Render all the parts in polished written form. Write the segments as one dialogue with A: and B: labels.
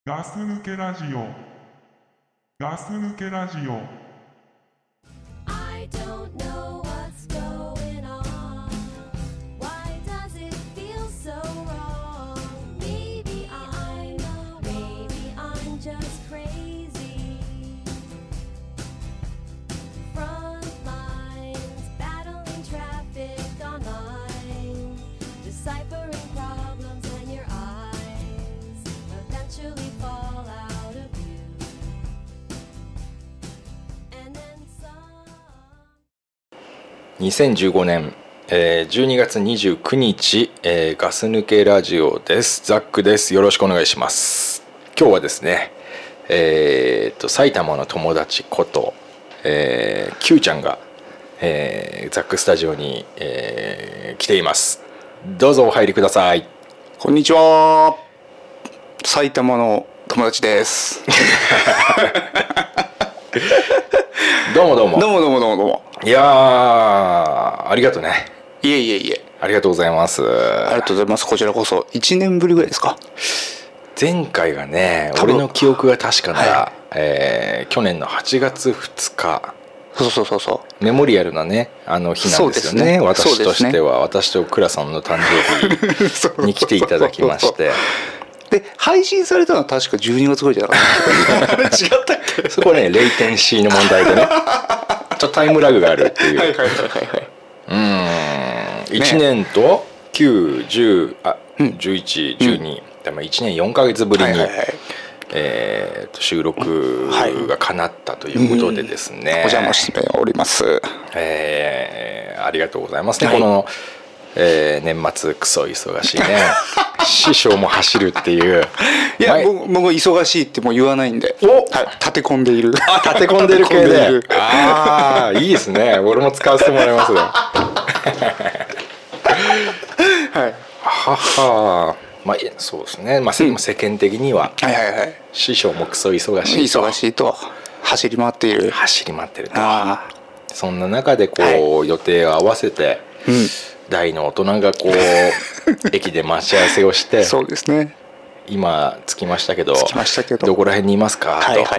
A: ガス抜けラジオ。ガス抜けラジオ。
B: I don't know what's going on. Why does it feel so wrong? Maybe I'm just crazy. Front lines, battling traffic online, deciphering problems in your eyes, eventually fall out of view. And then some.
C: 2015年、12月29日、ガス抜けラジオです。ザックです。よろしくお願いします。今日はですね、埼玉の友達こと、Q ちゃんが、ザックスタジオに、来ています。どうぞお入りください。
D: こんにちは。埼玉の友達です。
C: どうもどうも。
D: どうもどうもどうもどうも。
C: いやー、ありがとうね。
D: いえいえいえ。
C: ありがとうございます。
D: ありがとうございます。こちらこそ1年ぶりぐらいですか。
C: 前回がね、
D: 多分
C: 俺の記憶が確かなら、
D: は
C: 去年の8月2日
D: そう
C: メモリアルなね日なんですよね。
D: そうですね
C: 私としては、私と倉さんの誕生日に来ていただきまして
D: で配信されたのは確か12月ぐらいじゃなかった。違ったっけ。
C: そこねレイテンシーの問題でねちょっとタイムラグがあるっていう。
D: はい
C: 1年と9、10、11、12、1年4ヶ月ぶりに、収録が叶ったということでですね、
D: お邪魔しております。
C: ありがとうございますね、この、年末クソ忙しいね師匠も走るっていう。
D: いや、僕忙しいってもう言わないんで、はい、立て込んでいる。
C: 立て込んでる系で。ああ、いいですね。俺も使わせてもらいますよ
D: はい。
C: はは。まあそうですね、世間的には、師匠もクソ忙しいと、
D: 忙しいと走り回っていると。
C: そんな中でこう、予定を合わせて、大の大人がこう駅で待ち合わせをして
D: そうですね。
C: 今着きましたけど
D: ど
C: こら辺にいますか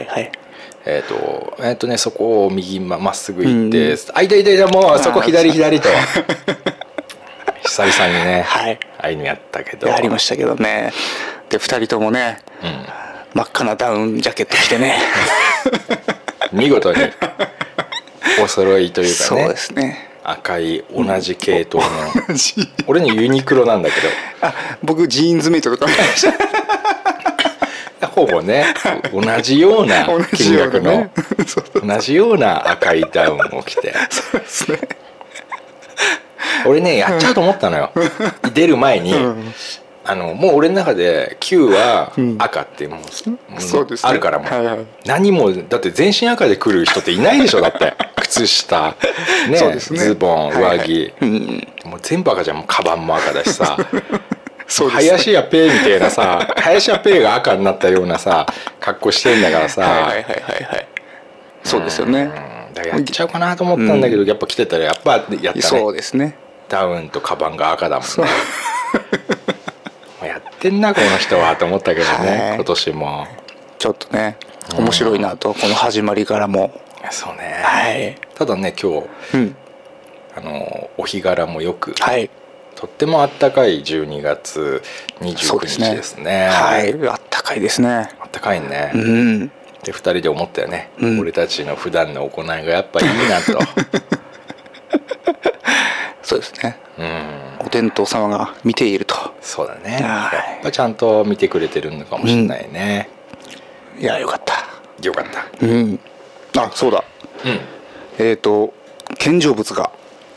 C: と、そこを右まっすぐ行って、いたもうそこ左と久々にね、ああいうのやったけど、
D: やりましたけどね。で2人ともね、真っ赤なダウンジャケット着てね
C: 見事にお揃いというかね。
D: そうですね。
C: 赤い同じ系統の、俺ねユニクロなんだけど、
D: 僕ジーンズメイトとか見ました
C: ほぼね同じような金額の同じような赤いダウンを着て
D: そうですね。
C: 俺ねやっちゃうと思ったのよ出る前に、もう俺の中で Q は赤ってもう、あるからもう、何もだって全身赤で来る人っていないでしょ。だって靴下ね、ズボン上着、もう全部赤じゃん。もうカバンも赤だしさ林家ペイみたいなさ林家ペイが赤になったようなさ格好してんだからさ、
D: そうですよね。
C: だからやっちゃうかなと思ったんだけど、やっぱ着てたらやっぱやったね。
D: そうですね。
C: ダウンとカバンが赤だもんねやってんなこの人はと思ったけどね、今年も
D: ちょっとね面白いなと、この始まりからも。
C: そうね、ただね今日、お日柄もよく、とってもあったかい12月29日ですね。
D: あったかいですね。
C: あったかいね。で2人で思ったよね、俺たちの普段の行いがやっぱいいなと
D: そうですね。お天道様が見ていると。
C: そうだね。やっぱちゃんと見てくれてるのかもしれないね。
D: いやよかった。そうだ。献上物が。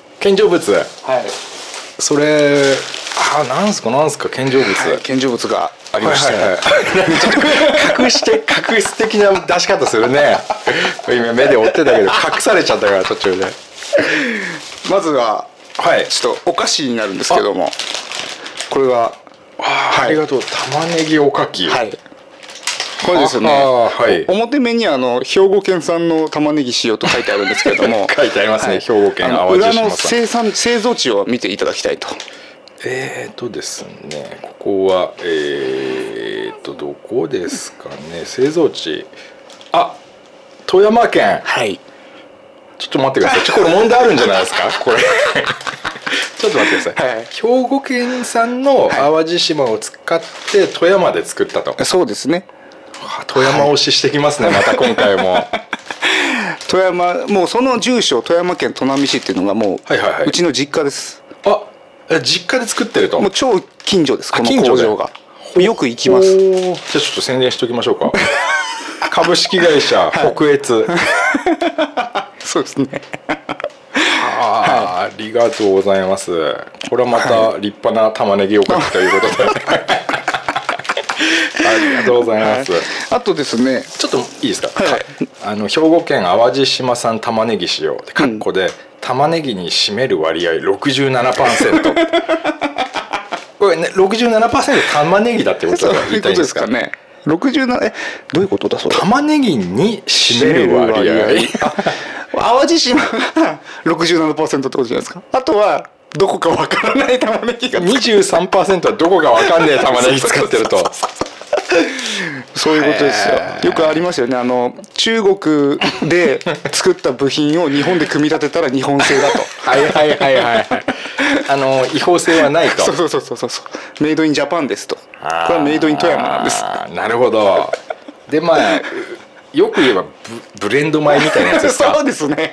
C: それなんすか献上物。
D: 献上物がありまして、
C: 隠し的な出し方するね今目で追ってたけど隠されちゃったから途中で。
D: まずはちょっとお菓子になるんですけども、これは
C: ありがとう。玉ねぎおかき。
D: これですよね。表面に兵庫県産の玉ねぎ使用と書いてあるんですけれども
C: 書いてありますね、兵庫県淡路島
D: 裏の製造地を見ていただきたいと。
C: ですね、ここはどこですかね、製造地、あ、富山県。
D: はい。
C: ちょっと待ってください。これ問題あるんじゃないですかこれ。ちょっと待ってください、はい、兵庫県産の淡路島を使って富山で作ったと、はい、
D: そうですね。
C: 富山推ししてきますね、はい、また今回も。
D: 富山、もうその住所富山県砺波市っていうのがもう、はいはいはい、うちの実家です。
C: あ、実家で作ってると。
D: もう超近所です、この工場が。よく行きます。
C: じゃあちょっと宣伝しておきましょうか。株式会社北越。
D: そうですね。
C: ありがとうございます。これはまた立派な玉ねぎおかきということで、はい、ありがとうございます、はい、
D: あとですね、
C: ちょっといいですか、はい、兵庫県淡路島産玉ねぎ使用でカッコで、玉ねぎに占める割合 67%。 これね 67% 玉ねぎだってことが言いたいんですかね。
D: 67、どういうことだそれ。
C: 玉ねぎに占める割合。
D: 淡路島が 67% ってことじゃないですか。あとはどこかわからない玉ねぎが
C: 23% はどこかわかんない玉ねぎ使ってると。
D: そういうことですよ。よくありますよね。中国で作った部品を日本で組み立てたら日本製だと。
C: はいはいはいはい。違法性はないと。
D: そうメイドインジャパンですと。これはメイドイン富山なんです。
C: なるほど。でまあよく言えばブレンド米みたいなやつですか。
D: そうですね。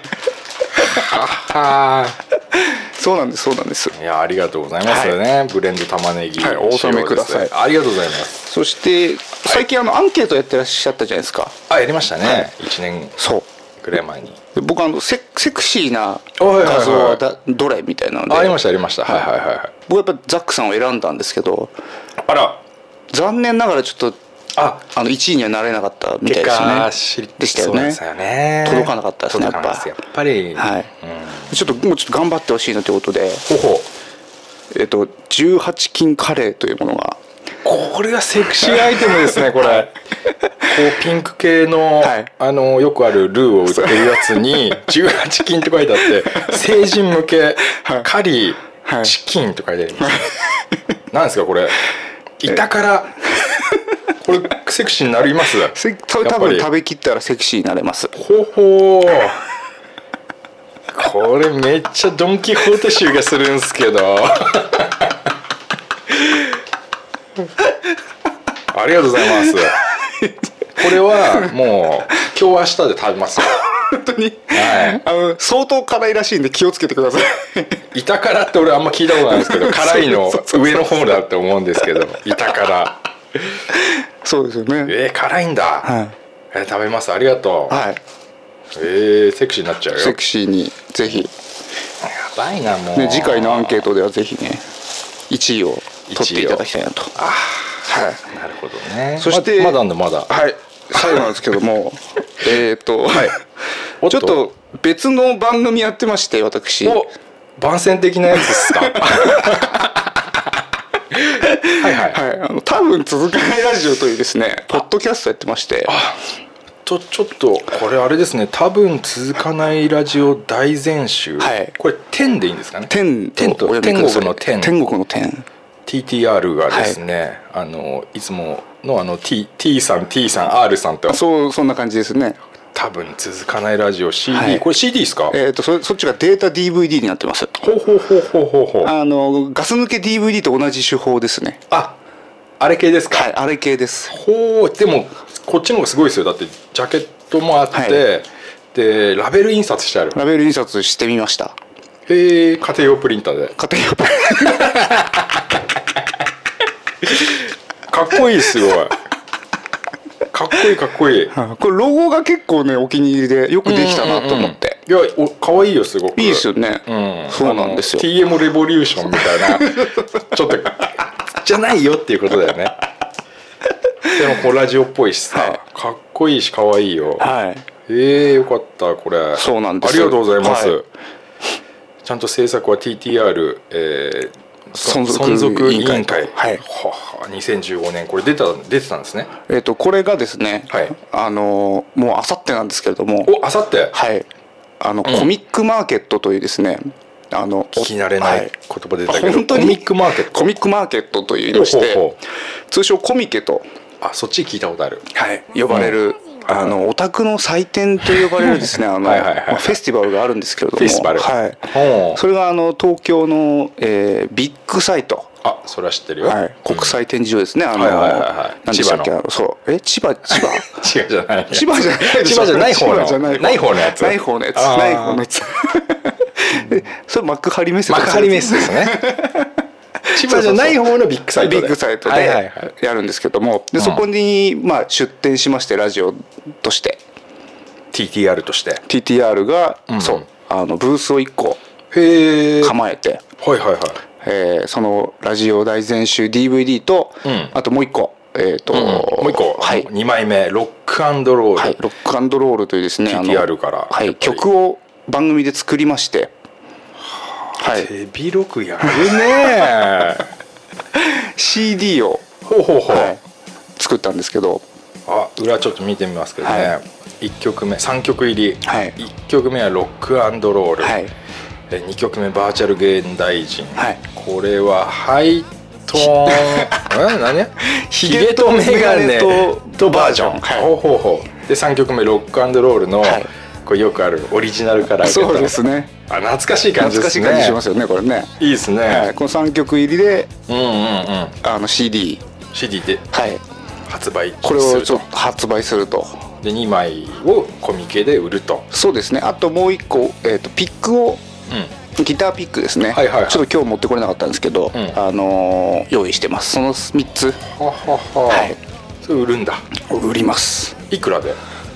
D: そうなんです。
C: いや、ありがとうございますよね、はい、ブレンド玉ねぎ、
D: はい、お納めください。
C: ありがとうございます。
D: そして最近アンケートやってらっしゃったじゃないですか。
C: やりましたね、はい、1年くらい前に。
D: 僕セクシーな画像はどれみたいなので、
C: ありましたはいはいはいはい。
D: 僕やっぱザックさんを選んだんですけど、
C: あら
D: 残念ながらちょっと1位にはなれなかったみたいですね。でしたよね。届かなかったですね、やっ
C: ぱり、
D: はい、ちょっともうちょっと頑張ってほしいなということで、18金カレーというものが、
C: これがセクシーアイテムですね。これこうピンク系の、はい、よくあるルーを売ってるやつに18金って書いてあって成人向けカリー、はい、チキンと書いてあります。なんですかこれ、板からこれセクシーになります。
D: 多分食べきったらセクシーになれます。
C: ほこれめっちゃドンキホーテ臭がするんですけど。ありがとうございます。これはもう今日明日で食べますよ。
D: 本当に、はい、相当辛いらしいんで気をつけてください。
C: 板からって俺あんま聞いたことないんですけど、辛いの上の方だって思うんですけど、板から
D: そうですよね。
C: 辛いんだ、はい、食べます。ありがとう、はい、セクシーになっちゃうよ。
D: セクシーにぜひ。や
C: ばいなもう、
D: ね、次回のアンケートではぜひね1位を取っていただきたいなと。
C: はい、なるほどね。
D: そして
C: まだ
D: はい最後なんですけどもはい、ちょっと別の番組やってまして、私
C: 番宣的なやつですか。はいはい、
D: 多分続かないラジオというですねポッドキャストやってまして、
C: ちょっとこれあれですね、多分続かないラジオ大全集、はい、これ天でいいんですかね。
D: 天と
C: 天国の天、
D: 天国の天
C: TTR がですね、はい、いつものT さん R さんと
D: そんな感じですね。
C: 多分続かないラジオ CD、はい、これ CD ですか。
D: そっちがデータ DVD になってます。
C: ほう
D: ガス抜け DVD と同じ手法ですね。
C: あれ系ですか。
D: はい、あれ系です。
C: でもこっちの方がすごいですよ。だってジャケットもあって、はい、でラベル印刷してある。
D: ラベル印刷してみました。
C: 家庭用プリンターで。
D: 家庭用プリンター
C: かっこいい、すごいかっこいい。
D: これロゴが結構ねお気に入りでよくできたなと思って、
C: いや可愛いよ、すごく
D: いいですよね、そうなんですよ。
C: TM レボリューションみたいなちょっとじゃないよっていうことだよね。でもこうラジオっぽいしさ、はい、かっこいいし可愛いよ。はい、よかったこれ。
D: そうなんです。
C: ありがとうございます、はい、ちゃんと制作は TTR、存続委員会、はい、2015年これ出てたんですね。
D: これがですね、はい、もうあさってなんですけれども。
C: あさって。
D: はい、コミックマーケットというですね、
C: 聞き慣れない言葉出たけど、本当にコミックマーケット
D: という言いまして、通称コミケと
C: あ、そっち聞いたことある。
D: はい、呼ばれる、オタクの祭典と呼ばれるですね、フェスティバルがあるんですけれども、
C: フェスティバル、
D: はい、それが東京の、ビッグサイト、
C: あ、それは知ってるよ、
D: はい、国際展示場ですね、何でしたっけ、そう千葉
C: 違うじゃない、
D: 千葉じゃない、
C: 千葉じゃない方のない方のやつ、
D: ない方のやつ、それ幕張メッセ、
C: 幕張メッセですね。千葉じゃない方のビッグサイトで、
D: ビッグサイトでやるんですけども、でそこに出展しまして、ラジオとして
C: TTR として
D: TTR が、そうブースを1個構えて、
C: はいはいはい、
D: そのラジオ大全集 DVD と、あともう1個
C: もう1個、はい、2枚目ロック&ロール、
D: はい、ロック&ロールというですね、
C: TTR から、
D: はい、曲を番組で作りまして、
C: はい、手広くやるね
D: CD を作ったんですけど、
C: あ、裏ちょっと見てみますけどね、1曲目3曲入り、1曲目はロック&ロール、2曲目バーチャル現代人、これはハイトーン何ヒゲとメガネとバージョン、で3曲目ロック&ロールの、これよくあるオリジナルから
D: そうですね、
C: 懐かしい感じですね、
D: 懐かしい感じしますよね、これね、
C: いいですね、
D: この3曲入りで、CD
C: で発売
D: これをちょっと発売すると、
C: で2枚をコミケで売ると、
D: そうですね、あともう1個、ピックを、ギターピックですね、ちょっと今日持ってこれなかったんですけど、用意してます、その3つ、それ売るんだ、売ります。いくらで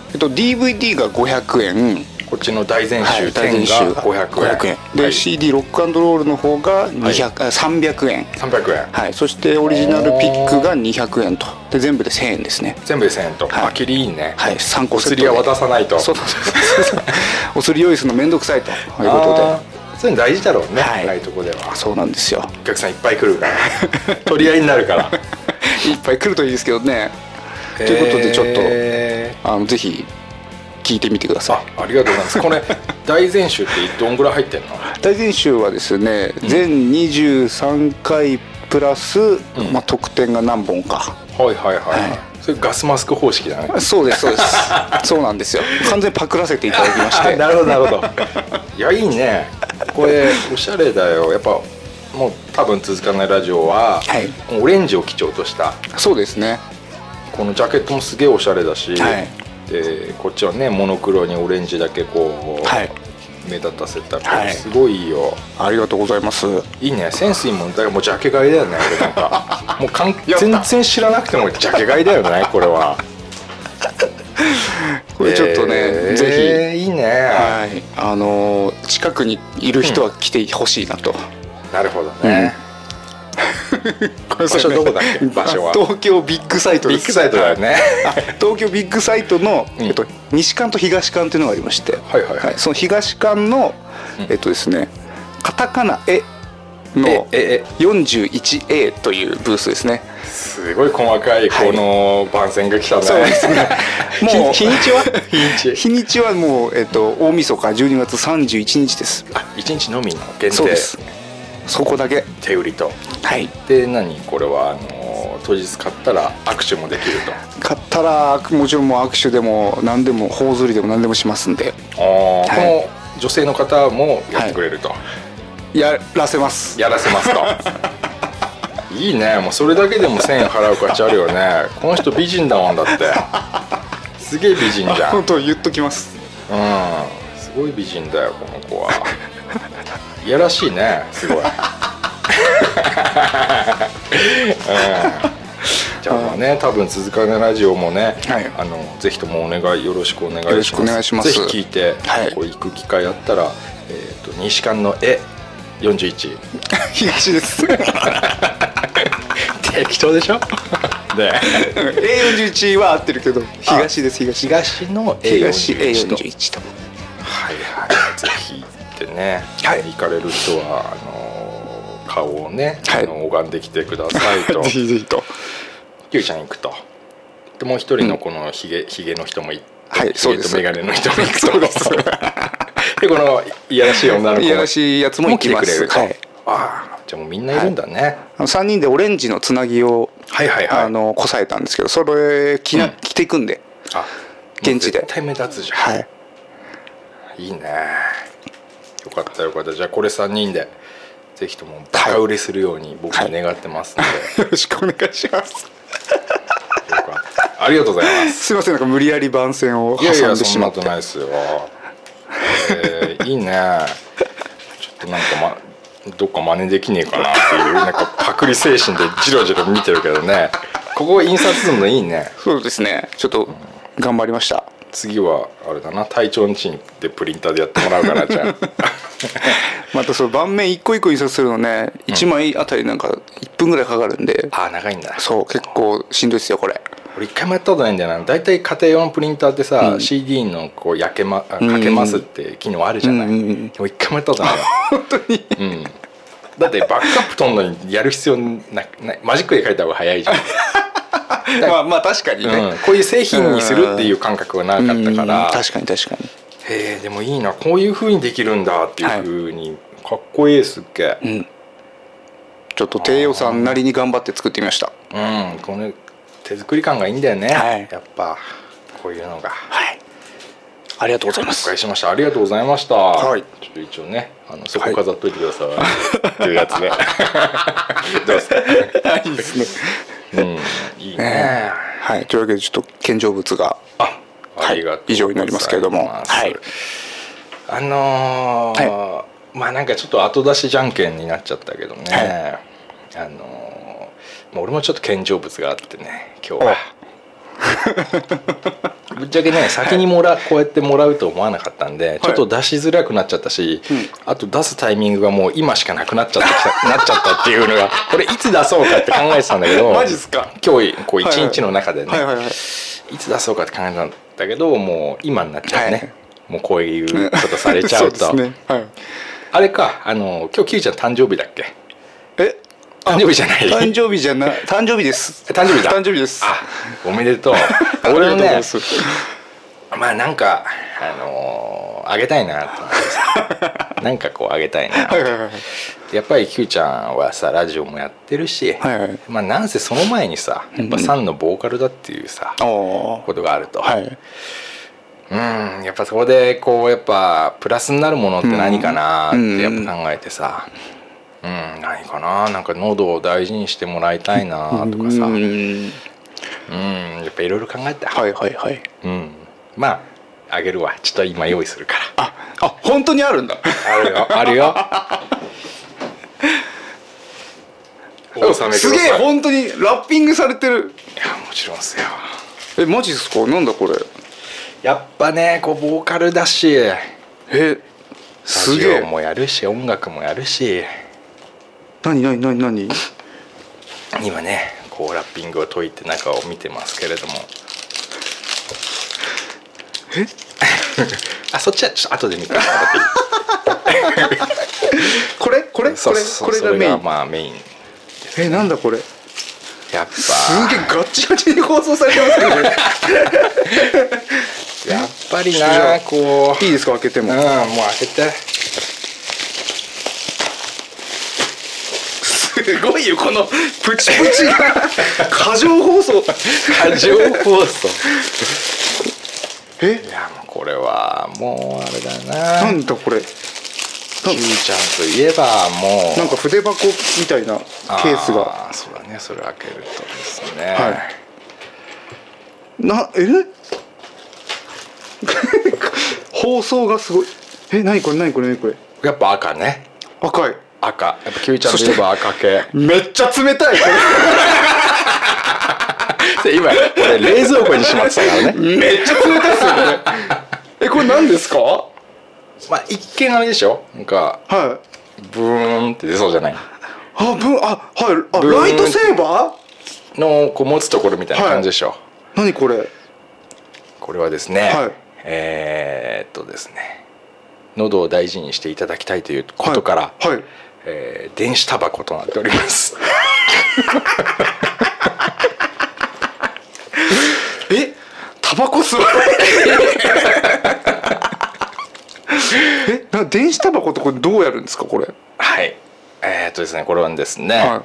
D: ？DVD が500円、
C: こっちの大全集10が500円
D: で、CD ロック&ロールの方が300円、はい、そしてオリジナルピックが200円と、で全部で1000円ですね、
C: 全部で1000円と、あ、きりいいね、
D: はい、3個セットで、お
C: 釣りは渡さないと、
D: お釣り用意するのめんどくさいということで、
C: そういうの大事だろうね、ないとこでは。そうなんですよ、お客さんいっぱい来るから取り合いになるから
D: いっぱい来るといいですけどね、ということでちょっとぜひ聞いてみてくださ
C: い。ありがとうございます。これ大全集ってどんぐらい入ってんの？
D: 大全集はですね、全23回プラス、特典が何本か。それガスマスク方式だね。そうですそうなんですよ、完全にパクらせていただきまして
C: なるほどなるほどいや、いいね、これおしゃれだよ。やっぱもう多分続かないラジオは、オレンジを基調とした、
D: そうですね、
C: このジャケットもすげえおしゃれだし、でこっちはねモノクロにオレンジだけこう、目立たせたらすごいいいよ、
D: ありがとうございます。
C: いいね、センスいいもん。だからもうジャケ買いだよね、これなんかもう全然知らなくてもジャケ買いだよね、これは
D: これちょっとね、ぜひ
C: いいね、
D: 近くにいる人は来てほしいなと、
C: なるほどね、場所どこだっけ？場所は
D: 東京ビッグサイトです。
C: ビッグサイトだよね
D: 東京ビッグサイトの、西館と東館というのがありまして、その東館のですね、カタカナ絵の 41A というブースですね。
C: すごい細かいこの番宣が来たね。そうですね。もう日にちはもう
D: 大晦日12月31日です。
C: 1日のみの限定。
D: そうです。そこだけ
C: 手売りと。でこれは当日買ったら握手もできると。
D: 買ったらもちろんもう握手でも何でも頬ずりでも何でもしますんで。
C: この女性の方もやってくれると。
D: やらせます。
C: やらせますと。いいね、もうそれだけでも1000円払う価値あるよね。この人美人だもんだって。すげえ美人じゃん。
D: 本当言っときます。
C: すごい美人だよこの子は。いやらしいね、すごい。じゃあまあね、多分続かないラジオもね、ぜひともよろしくお願いします。ぜひ聞いて、こう行く機会あったら、西館の絵41
D: 東です
C: 適当でしょで
D: A41 は合ってるけど東です。
C: 東の A41 と、
D: A41 と、
C: ぜひ行ってね、行かれる人は顔をね、拝んできてくださいと。ぜひぜひと。ゆうちゃん行くと。でもう一人のこのひげの人も行って、ヒゲとメガネの人も行くと。でこのいやらしい女の子も
D: いやらしいやつも来てくれると。
C: じゃあもうみんないるんだね。
D: 3人でオレンジのつなぎをこさえたんですけど、それ着ていくんで、現地で
C: 絶対目立つじゃん。いいね。よかったよかった。じゃあこれ3人でぜひともバカ売れするように僕は願ってますので、
D: よろしくお願いします。
C: ありがとうございます。
D: すいません、なんか無理やり番宣を挟んでしまって。
C: いやいや、そんなことないですよ。いいね。ちょっとなんかどっか真似できねえかなっていうなんかパクリ精神でジロジロ見てるけどね。ここ印刷するのいいね。
D: そうですね、ちょっと頑張りました。
C: 次はあれだな、隊長の家でプリンターでやってもらうかな。じゃあ
D: またその盤面一個一個印刷するのね、1枚あたりなんか1分ぐらいかかるんで。
C: 長いんだ。
D: そう、結構しんどいですよこれ。
C: 俺一回もやったことないんだよな。だいたい家庭用のプリンターってさ、CD のこうかけますって機能あるじゃない。でも一回もやったことないよ。
D: 本当に、
C: だってバックアップ取るのにやる必要ない、マジックで書いた方が早いじゃん。
D: まあ確かにね、
C: こういう製品にするっていう感覚はなかったから。
D: 確かに確かに。
C: へえ、でもいいな、こういう風にできるんだっていう風に、かっこいい、すっげえ。
D: ちょっと低予算なりに頑張って作ってみました。
C: この手作り感がいいんだよね、やっぱこういうのが。
D: ありがとうございます。
C: お願いしました。ありがとうございました。ちょっと一応ね、そこ飾っといてくださいっていうやつで。どうですか。
D: いいですね。
C: いいね。
D: というわけでちょっと献上物が以上になりますけれども、
C: まあなんかちょっと後出しじゃんけんになっちゃったけどね、俺もちょっと献上物があってね、今日はぶっちゃけね、先にこうやってもらうと思わなかったんで、ちょっと出しづらくなっちゃったし、あと出すタイミングがもう今しかなくなっちゃったっていうのが、これいつ出そうかって考えてたんだけど、
D: マジっすか。
C: 今日こう一日の中でね、いつ出そうかって考えたんだけど、もう今になっちゃうね、もうこういうことされちゃうと。あれか、今日キウちゃん誕生日だっけ。誕生日じゃない。
D: 誕生日じゃない。誕生日です。
C: 誕生日だ。
D: 誕生日です。
C: おめでとう。俺もね、まあなんかあげたいなと思ってさ、なんかこうあげたいな。やっぱりキウちゃんはさ、ラジオもやってるし、まあなんせその前にさ、やっぱサンのボーカルだっていうさ、ことがあると。やっぱそこでこうやっぱプラスになるものって何かなってやっぱ考えてさ。何かな、なんか喉を大事にしてもらいたいなとかさ、やっぱいろいろ考えた。まああげるわ。ちょっと今用意するから。
D: 本当にあるんだ。
C: あるよ。
D: すげえ、本当にラッピングされてる。
C: いや、もちろんっすよ。
D: マジっすか。なんだこれ。
C: やっぱね、こうボーカルだし、
D: すげえ。
C: ラジオもやるし、音楽もやるし。
D: 何
C: 今ね、こうラッピングを解いて中を見てますけれども。そっちはちょっと後で見てもらっていい？
D: これがメイン。
C: それがまあメイン。
D: なんだこれ。
C: やっぱ
D: すげえガッチガチに放送されてますけどね。
C: やっぱりな、こう。
D: いいですか、開けても。
C: もう開けて。
D: すごいよ、このプチプチが過剰放送。
C: いや、もうこれはもうあれだな。
D: なんだこれ。
C: キウちゃんといえばもう
D: なんか筆箱みたいなケースが。
C: そうだね、それ開けるとですね。
D: 放送がすごい。何これ。
C: やっぱ赤ね。
D: 赤い。
C: やっぱキウちゃんといえば赤系。
D: めっちゃ冷たい。
C: 今俺冷蔵庫にしまってたからね。
D: めっちゃ冷たいですよこれ。これ何ですか。
C: まあ一見あれでしょ、なんかブーンって出そうじゃない。
D: ライトセーバ
C: ーのこう持つところみたいな感じでしょ。
D: 何これ。
C: これはですね、ですね、喉を大事にしていただきたいということから、電子タバコとなっております。
D: タバコ吸わない。電子タバコってこれどうやるんですかこれ。
C: ですね、これはですね、はい、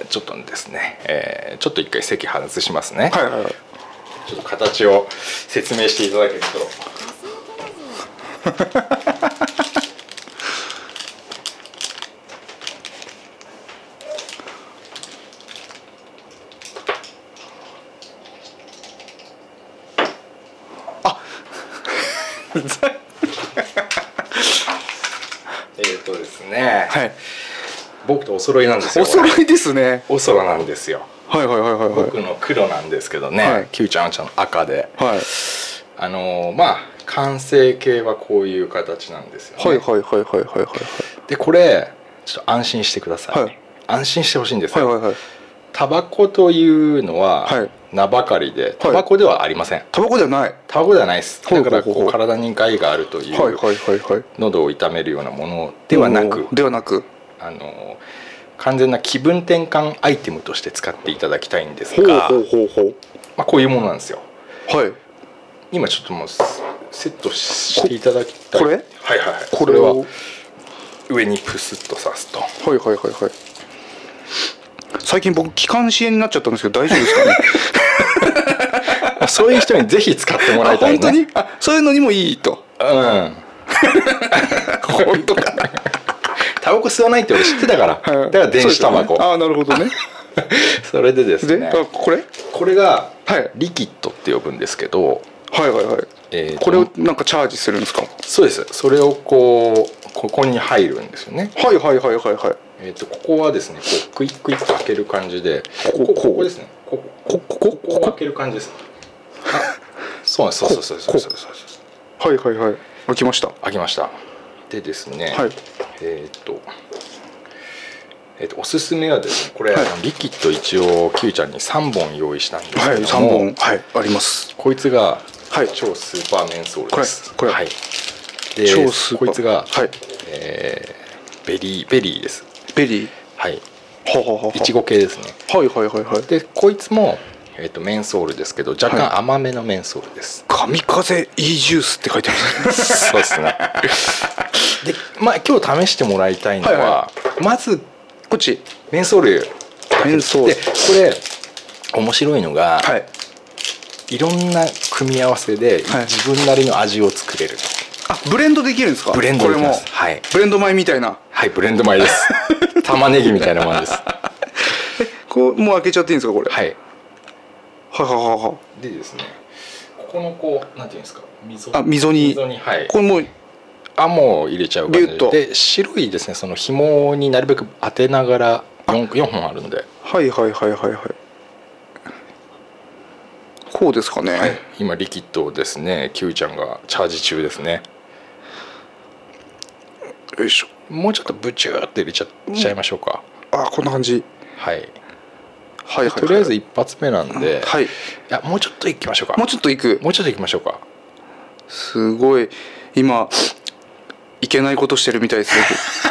C: ちょっとですね、ちょっと一回席外しますね。
D: はいはいはい。
C: ちょっと形を説明していただけると。ですね、はい、僕とお揃いなんですよ。
D: お揃いですね。
C: お揃なんですよ。
D: はいはいはいはい、はい、
C: 僕の黒なんですけどね、はい、Q ちゃんの赤で、はい、まあ完成形はこういう形なんですよね。
D: はいはいはいはいはいはい。
C: でこれちょっと安心してください、はい、安心してほしいんですよ。はいはいはい。タバコというのは、はい、名ばかりでタバコではありません。
D: タバコではない。
C: タバコではないです。だからこう体に害があるという、喉を痛めるようなものではなく、完全な気分転換アイテムとして使っていただきたいんですが、まあこういうものなんですよ。はい。今ちょっともうセットしていただきたい。
D: これ？
C: はいはいはい。これは上にプスッと刺すと。
D: はいはいはいはい。最近僕気管支炎になっちゃったんですけど大丈夫ですか
C: ね。そういう人にぜひ使ってもらいたいね。
D: 本当に？そういうのにもいいと。うん。本当かな。
C: タバコ吸わないって俺知ってたから。だから電子タバコ。
D: ああなるほどね。
C: それでですね。これがリキッドって呼ぶんですけど。
D: はいはいはい。これをなんかチャージするんですか？
C: そうです。それをここに入るんですよね。
D: はいはいはいはいはい。
C: ここはですね、こうクイックイッと開ける感じで、ここですね。ここ開ける感じです。そうですそうそうそうそう。
D: はいはいはい。開きました。
C: 開きました。でですね、はい、おすすめはですね、これ、はい、リキッド一応 Q ちゃんに3本用意したんですけども、はい、
D: 3本、はい、あります。
C: こいつが超スーパーメンソールです。これはい。で超スーパー。こいつが、はい、ベリーです。
D: ベリー。
C: はい。いちご系ですね。
D: はいはいはいはい。
C: でこいつもメンソールですけど若干甘めのメンソールです。
D: 神風イージュースって書いてあります。
C: そうですね。でまあ今日試してもらいたいのは、はいはい、まず
D: こっち
C: メンソール。
D: メンソール。
C: でこれ面白いのが、はい、いろんな組み合わせで自分なりの味を作れる。
D: あ、ブレンドできるんですか？
C: ブレンドできます。はい。
D: ブレンド米みたいな。
C: はい、ブレンド米です。玉ねぎみたいなものです。
D: こうもう開けちゃっていいんですかこれ？
C: はい。
D: はははは。
C: でですね、ここのこうなんていうんですか、
D: 溝にはい。これもう
C: もう入れちゃう感じで、白いですね、その紐になるべく当てながら4本あるんで。
D: はいはいはいはいはい。こうですかね。
C: はい、今リキッドをですね、Q ちゃんがチャージ中ですね。
D: よいしょ。
C: もうちょっとブチューって入れちゃいましょうか。
D: あ、こんな感じ。
C: はい。はいはい、とりあえず一発目なんで、はい、いやもうちょっといきましょうか。
D: もうちょっといく。
C: もうちょっといきましょうか。
D: すごい今いけないことしてるみたいです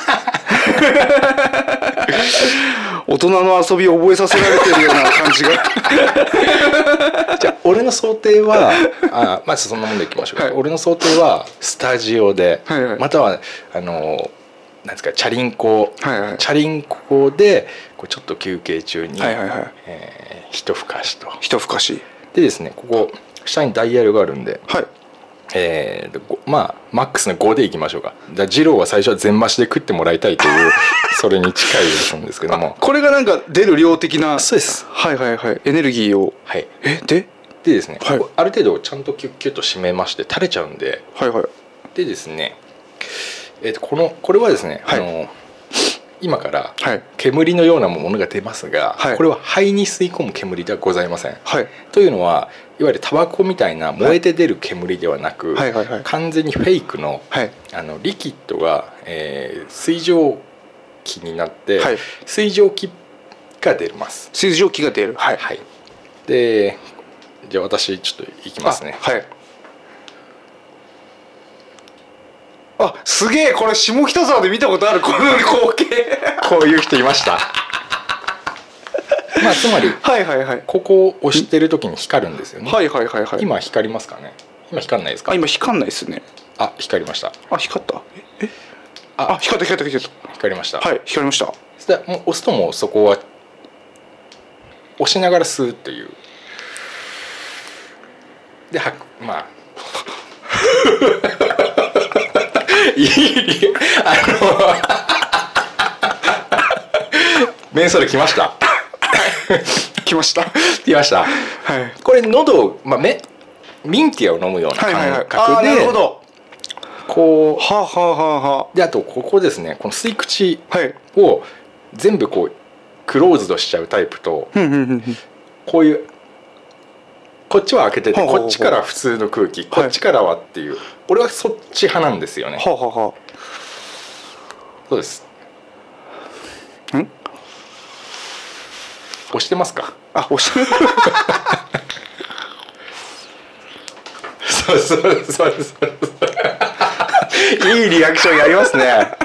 D: 大人の遊びを覚えさせられてるような感じが。
C: じゃあ俺の想定はまずそんなもんでいきましょうか、はい、俺の想定はスタジオで、はいはい、またはなんですかチャリンコ、はいはい、チャリンコでこうちょっと休憩中に、はいはいはい、一ふかしと
D: 一ふかし
C: でですね、ここ下にダイヤルがあるんで、はい、まあマックスの5でいきましょうか。二郎は最初は全増しで食ってもらいたいというそれに近いんですけども
D: これがなんか出る量的な。
C: そうです。
D: はいはいはい。エネルギーを、
C: はい、
D: で
C: ですね、はい、ある程度ちゃんとキュッキュッと締めまして垂れちゃうんで、はいはい、でですね、これはですね、はい、今から煙のようなものが出ますが、はい、これは肺に吸い込む煙ではございません、はい、というのはいわゆるタバコみたいな燃えて出る煙ではなく、はいはいはいはい、完全にフェイクの、はい、リキッドが、水蒸気になって、はい、水蒸気が出ます。
D: 水蒸気が出る。
C: はい、はい、でじゃあ私ちょっといきますね。
D: はい。あ、すげえ、これ下北沢で見たことあるこの光景。
C: こういう人いました。まあつまり、はいはいはい、ここを押してる時に光るんですよね。
D: はいはいはいはい。
C: 今光りますかね。今光んないですか。
D: 今光んないですね。
C: あ、光りました。
D: あ、光った。 あ、光った
C: 光りました。
D: はい、光りました。
C: でもう押すともうそこは押しながら吸うっていうでまあいいメンソール来ました
D: 来ました
C: はい、これ喉を、まあ、ミンティアを飲むような感覚で、
D: なるほど、
C: こう
D: はあはあはあはあ、
C: であとここですね、この吸い口を全部こうクローズドしちゃうタイプと、こういうこっちは開けてて、こっちから普通の空気、こっちからはっていう、俺はそっち派なんですよね。そうです。押してますか？
D: あ、押してる
C: そういいリアクションやりますね。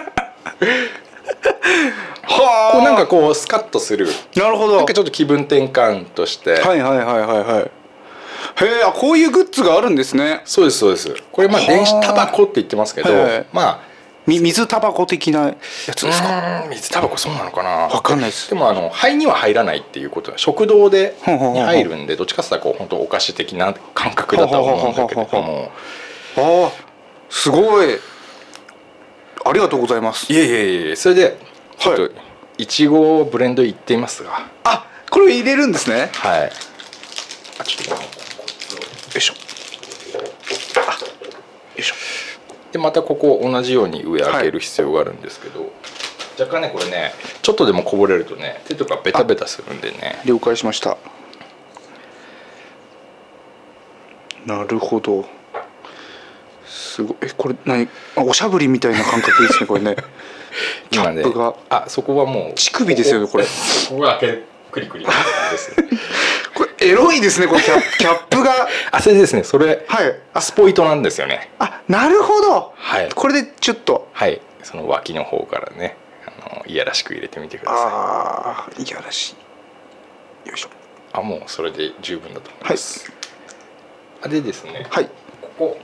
C: はあ、こうなんかこうスカッとする。
D: なるほど。
C: なんかちょっと気分転換として。
D: はい。へえ、こういうグッズがあるんですね。
C: そうです。これまあ電子タバコって言ってますけど、まあ
D: 水タバコ的なやつですか？
C: 水タバコそうなのかな。
D: 分かんないです。
C: でも肺には入らないっていうことは食道でに入るんで、どっちかっていうとこう本当お菓子的な感覚だと思うんだけれども。
D: ああ、すごい。ありがとうございます。
C: いえ。それでちょっといちごブレンドいってみますが。
D: あ、これ入れるんですね。
C: はい。ちょっとよ
D: いしょ。
C: でまたここ同じように上開ける必要があるんですけど、若干ねこれねちょっとでもこぼれるとね手とかベタベタするんでね。
D: 了解しました。なるほど。すごい。これ何？おしゃぶりみたいな感覚ですねこれね。キャップが、
C: そこはもう
D: 乳首ですよねこれ。
C: ここが開けクリクリですね。
D: これエロいですねこれキャップが。
C: それですね。それ、スポイトなんですよね。
D: なるほど。
C: はい。
D: これでちょっと、
C: その脇の方からね、いやらしく入れてみてください。
D: ああ、いやらしい。よいしょ。
C: もうそれで十分だと思います。でですね。こ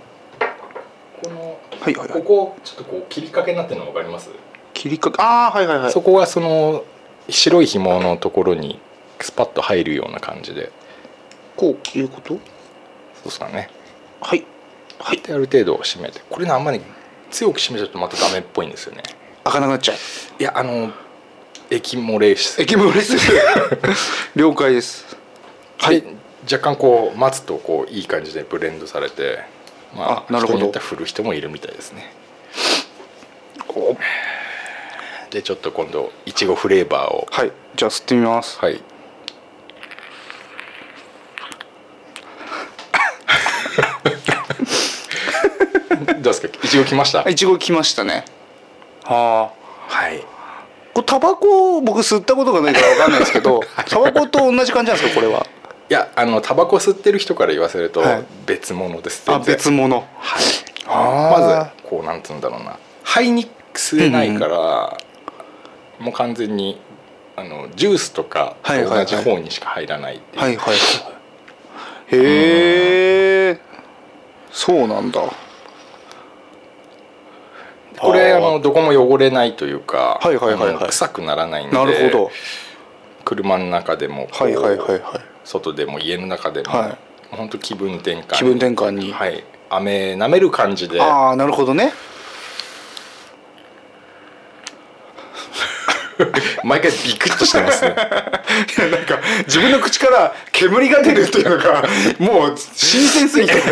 C: こちょっとこう切りかけになってるの分かります？
D: 切りかけ、
C: そこがその白い紐のところにスパッと入るような感じで。
D: こういうこと？
C: そうですかね。
D: で
C: ある程度締めて、これねあんまり強く締めちゃうとまたダメっぽいんですよね。
D: 開かなくなっちゃう。
C: いや液漏れする。
D: 了解です。
C: 若干こう待つとこういい感じでブレンドされて、なるほど。人によっては振る人もいるみたいですね。でちょっと今度いちごフレーバーを。
D: じゃあ吸ってみます。
C: どうですか？いちご来ました？
D: いちご来ましたね。これタバコ僕吸ったことがないから分かんないですけど、タバコと同じ感じなんですかこれは？
C: いやタバコ吸ってる人から言わせると別物です。
D: 別物。
C: まずこうなんつうんだろうな、肺に吸えないから、もう完全にジュースとかと同じ方にしか入らないっていう。
D: へえ、そうなんだ。
C: これどこも汚れないというか、臭くならないんで。
D: なるほど。
C: 車の中でも外でも家の中でも本当気分転換に。飴舐める感じで。
D: なるほどね。
C: 毎回ビクッとしてますね。
D: なんか自分の口から煙が出るっていうのがもう新鮮すぎて。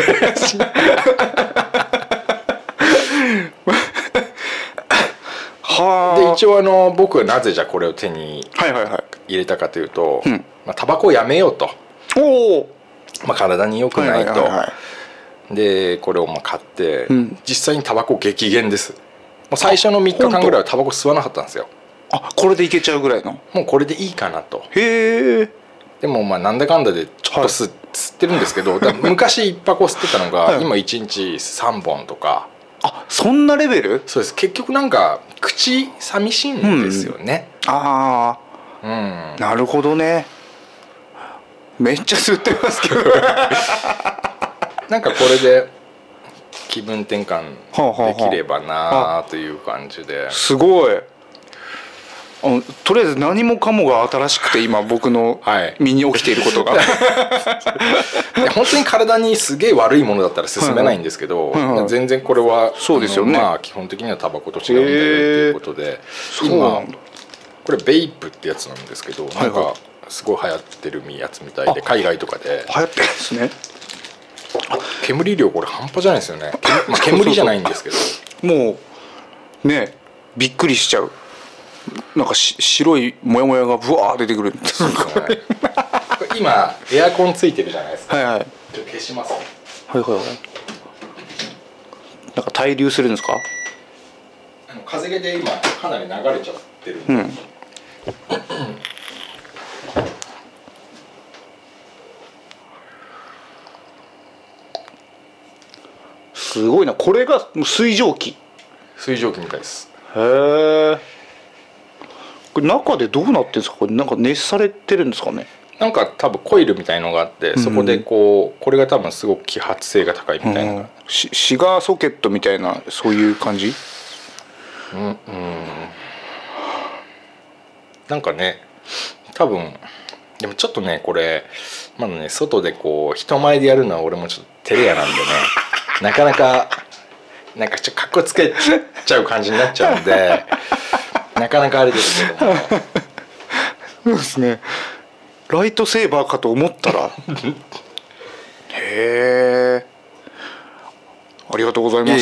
C: で一応僕はなぜじゃこれを手に入れたかというと、タバコをやめようと。体に良くないと。でこれを買って、実際にタバコ激減です。もう最初の3日間ぐらいはタバコ吸わなかったんですよ。
D: これでいけちゃうぐらいの。
C: もうこれでいいかなと。
D: へえ。
C: でもなんだかんだでちょっと吸ってるんですけど、昔1箱吸ってたのが今1日3本とか。
D: そんなレベル？
C: そうです。結局なんか口寂しいんですよね。
D: なるほどね。めっちゃ吸ってますけど。
C: なんかこれで気分転換できればなという感じで、
D: すごい。とりあえず何もかもが新しくて今僕の身に起きていることが、
C: 本当に体にすげえ悪いものだったら進めないんですけど、全然これは
D: そうですよね、
C: まあ基本的にはタバコと違うんだよっていうことで、今これベイプってやつなんですけど、なんかすごい流行ってるやつみたいで、海外とかで
D: 流行ってるんですね。
C: 煙量これ半端じゃないですよね。まあ、煙じゃないんですけど
D: もうねびっくりしちゃう。なんか白いモヤモヤがブワー出てくるんですよね。
C: 今エアコンついてるじゃないですか。
D: はいはい。
C: ちょっと消しますね。
D: はいはいはい。なんか対流するんですか？
C: 風で今かなり流れちゃってるんで、
D: すごいな。これが水蒸気
C: みたいです。
D: へえ。これ中でどうなってるんですか？これなんか熱されてるんですかね？
C: なんか多分コイルみたいのがあって、そこでこれが多分すごく揮発性が高いみたいな、
D: シガーソケットみたいなそういう感じ？
C: なんかね、多分でもちょっとねこれまだね外で人前でやるのは俺もちょっと照れ屋なんでねなかなかなんかちょっとかっこつけちゃう感じになっちゃうんでなかなかあれですけども
D: そうですね。ライトセーバーかと思ったらへえ、ありがとうございます。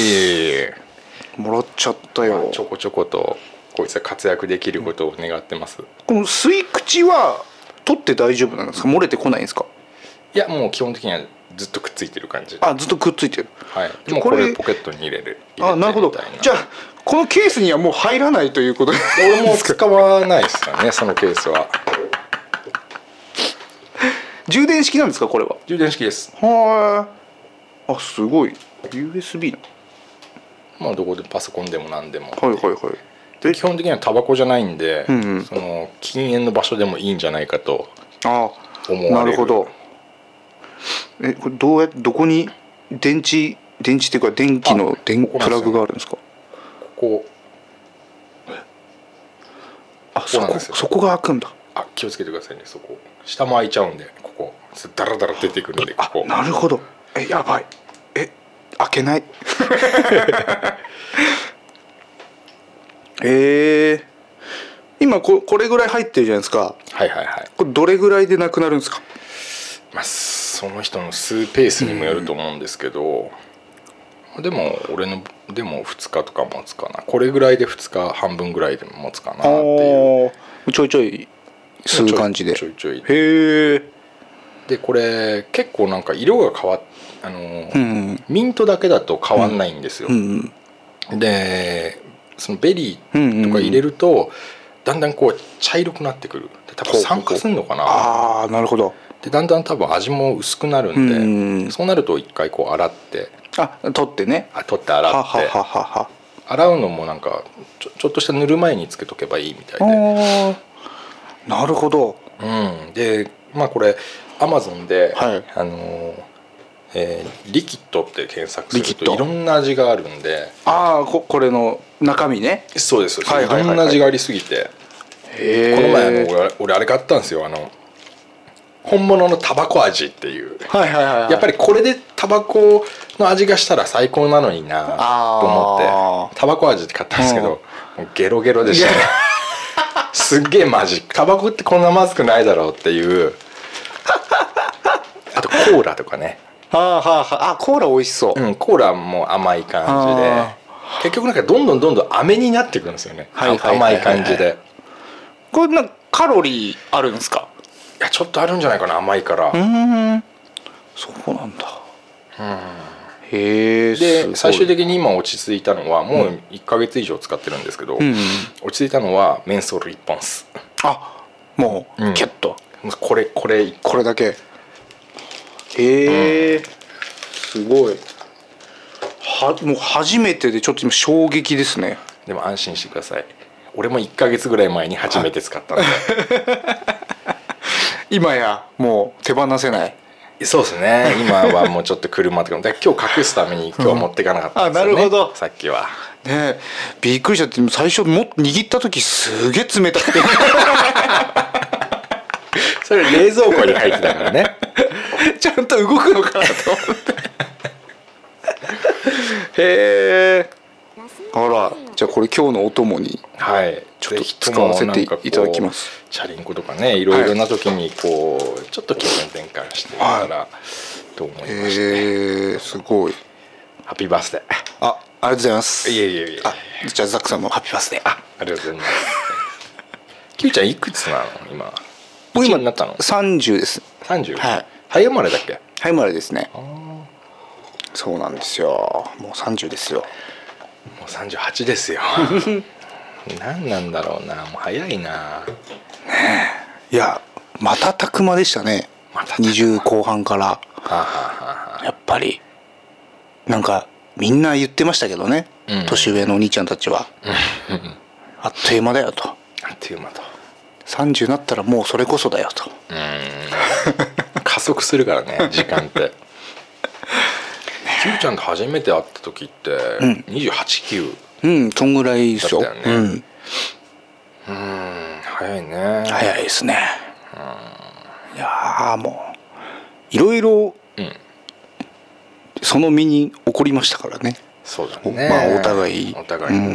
D: もらっちゃったよ。
C: ちょこちょことこいつは活躍できることを願ってます。
D: この吸い口は取って大丈夫なんですか？漏れてこないんですか？
C: いやもう基本的にはずっとくっついてる感じ。
D: あ、ずっとくっついてる。
C: はい。でもこれポケットに入れる。
D: あ、なるほど。じゃあこのケースにはもう入らないということで。
C: 俺も使わないですよねそのケースは。
D: 充電式なんですかこれは？
C: 充電式です。
D: はあ。あ、すごい。USB な。
C: まあどこでパソコンでも何でも。
D: はいはいはい。
C: で基本的にはタバコじゃないんで、その禁煙の場所でもいいんじゃないかと思われる。
D: なるほど。これどこに電池っていうか電気のプラグがあるんですか？
C: こ
D: そこが開くんだ。
C: あ、気をつけてくださいね。そこ下も開いちゃうんで、ここダラダラ出てくるんで、ここ。
D: なるほど。やばい。開けない。今これぐらい入ってるじゃないですか。
C: はいはいはい。
D: これどれぐらいでなくなるんですか？
C: まあその人の吸うペースにもよると思うんですけど、でも俺のでも2日とか持つかな。これぐらいで2日半分ぐらいで持つかなっていう。
D: ちょいちょい吸う感じで。
C: ちょいちょい。
D: へえ。
C: でこれ結構なんか色が変わミントだけだと変わんないんですよ。でそのベリーとか入れるとだんだん茶色くなってくる。多分酸化するのかな。
D: ああ、なるほど。
C: でだんだん多分味も薄くなるんで、そうなると一回洗って
D: 取ってね。
C: 取って洗って洗うのもなんかちょっとした塗る前につけとけばいいみたいで。
D: なるほど。
C: でまあこれアマゾンで、リキッドって検索するといろんな味があるんで。
D: これの中身ね。
C: そうです。いろんな味がありすぎて、この前俺あれ買ったんですよ。本物のタバコ味っていう。やっぱりこれでタバコの味がしたら最高なのになと思ってタバコ味って買ったんですけど、もうゲロゲロでしたね。すっげえマジ。タバコってこんなまずくないだろうっていう。あとコーラとかね。
D: コーラ美味しそう。
C: コーラも甘い感じで、結局なんかどんどん飴になってくるんですよね。甘い感じで。
D: これなんかカロリーあるんですか？
C: いやちょっとあるんじゃないかな、甘いから。
D: そうなんだ。
C: で最終的に今落ち着いたのはもう1ヶ月以上使ってるんですけど、落ち着いたのはメンソール1本っす。
D: もうキュッと
C: これ
D: だけ。すごい。もう初めてでちょっと今衝撃ですね。
C: でも安心してください。俺も1ヶ月ぐらい前に初めて使ったんで。
D: 今やもう手放せない。
C: そうですね。今はもうちょっと車とか今日隠すために今日は持っていかなかったんですよね、
D: あ、なるほど。
C: さっきは
D: ね、びっくりしちゃって、最初も握った時すげえ冷たくて
C: それ冷蔵庫に入ってたからね
D: ちゃんと動くのかなと思ってへえ。あら、じゃあこれ今日のお供にちょっと使わせていただきます。
C: チャリンコとかね、いろいろな時にこうちょっと気分転換してみたらと思いましたね。
D: へえ、すごい。
C: ハッピーバースデー。
D: ありがとうございます。
C: いえいえいえ。
D: あ、じゃあザックさんもハッピーバースデー。
C: ありがとうございます。キューちゃんいくつなの今？
D: もう今
C: になったの
D: ？30です。
C: 30？
D: はい。
C: 早生まれだっけ？
D: 早生まれですね。そうなんですよ。もう30ですよ。
C: もう38ですよ何なんだろうな、もう早いな。
D: いや、瞬く間でしたね。20後半からやっぱりなんかみんな言ってましたけどね、年上のお兄ちゃんたちはあっという間だよと。
C: あっという間と。
D: 30になったらもうそれこそだよと。
C: 加速するからね時間ってキューちゃんと初めて会った時って28、9。
D: そんぐらいですよ。
C: だったよね。早いね。
D: 早いですね。いやもういろいろその身に起こりましたからね。
C: そうだね。
D: まあお互い
C: ね。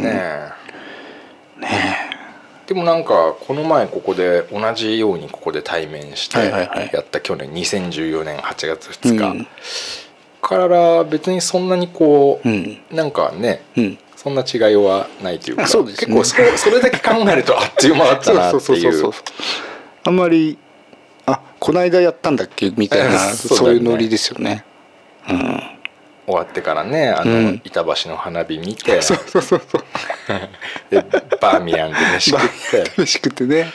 C: ね。でもなんかこの前ここで同じようにここで対面してやった去年2014年8月2日から別にそんなにこうなんかねそんな違いはないというか、結構それだけ考えるとあっという間だったなっていう。
D: あんまりこの間やったんだっけみたいなそういうノリですよね。
C: 終わってからね、板橋の花火見てでバーミヤンで飯食って
D: ね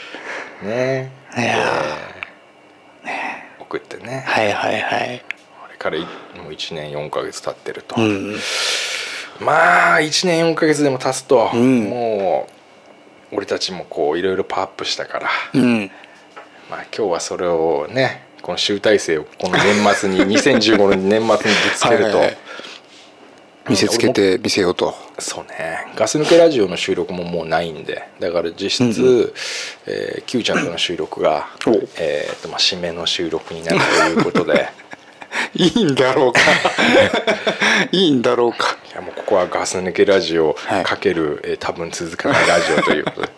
C: 送ってね。
D: あれ
C: からもう1年4ヶ月経ってると、まあ1年4ヶ月でも経つと、もう俺たちもこういろいろパワーアップしたから、まあ今日はそれをね、この集大成をこの年末に2015年年末にぶつけると
D: 見せつけてみせようと。
C: そうね、ガス抜けラジオの収録ももうないんで、だから実質キューちゃんとの収録が締めの収録になるということで
D: いいんだろうかいいんだろうか。
C: いやもうここはガス抜けラジオかける、多分続かないラジオということで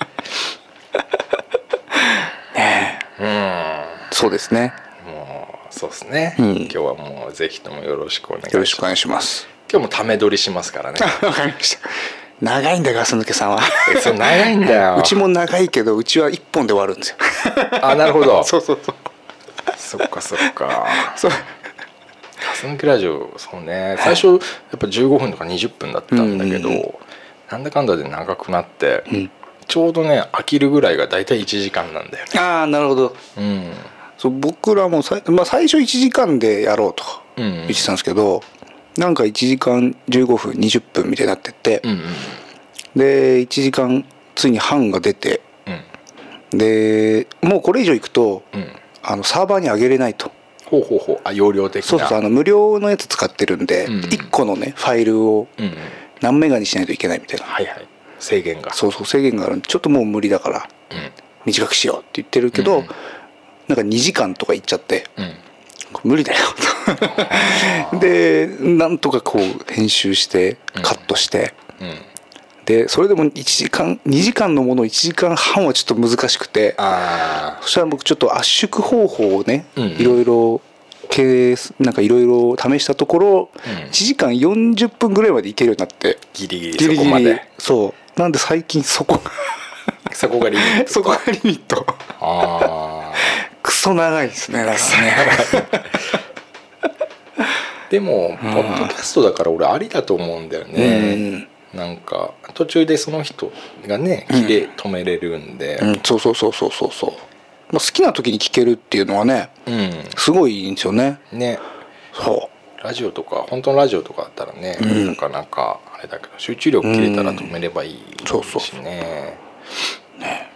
D: そうですね。
C: もうそうですね、今日はもうぜひともよろしくお願いします。
D: よろしくお願いします。
C: 今日もため撮りしますからね。
D: わかりました。長いんだガス抜けさんは
C: そう長いんだよ。
D: うちも長いけどうちは1本で終わるんですよ
C: あ、なるほど。
D: そう
C: そっかそうガス抜けラジオ、そうね、最初やっぱ15分とか20分だったんだけど、なんだかんだで長くなって、ちょうどね飽きるぐらいがだいたい1時間なんだよね。
D: ああ、なるほど。そう僕らも最初1時間でやろうと言ってたんですけど、なんか1時間15分20分みたいになってって、で1時間ついに半が出て、でもうこれ以上いくと、サーバーに上げれないと。
C: 容量的な。
D: そう無料のやつ使ってるんで、1個のねファイルを何メガにしないといけないみたいな、
C: 制限が。
D: 制限があるんで、ちょっともう無理だから短くしようって言ってるけど、なんか2時間とかいっちゃって、無理だよとでなんとかこう編集してカットして、でそれでも1時間2時間のものを1時間半はちょっと難しくて、そしたら僕ちょっと圧縮方法をね、いろいろなんかいろいろ試したところ、1時間40分ぐらいまでいけるようになって、
C: ギリギリそこまで。
D: そうなんで最近そこが
C: リミット。
D: そこがリミット。クソ長いですね。だからね
C: でもポッドキャストだから俺ありだと思うんだよね。なんか途中でその人がね切れ止めれるんで、
D: そう、好きな時に聞けるっていうのはね、すごいいいんですよね。そう
C: ラジオとか本当のラジオとかだったらね、なかなかあれだけど、集中力切れたら止めればいいしね。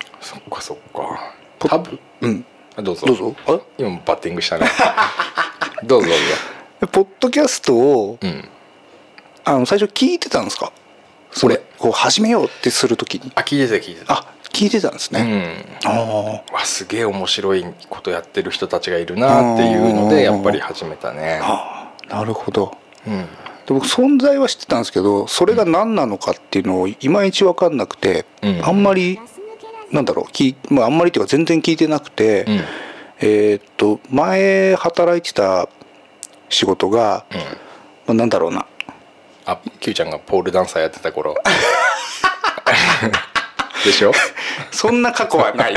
C: そっか多分どうぞ。
D: あ、
C: 今もバッティングしたねどうぞどうぞ。
D: ポッドキャストを、最初聞いてたんですか？それこう始めようってするときに。
C: 聞いてた。
D: 聞いてたんですね。
C: すげえ面白いことやってる人たちがいるなっていうのでやっぱり始めたね。
D: なるほど。で僕存在は知ってたんですけど、それが何なのかっていうのをいまいち分かんなくて、あんまりあんまりっていうか全然聞いてなくて、前働いてた仕事が、なんだろうな、
C: Q ちゃんがポールダンサーやってた頃でしょ。
D: そんな過去はない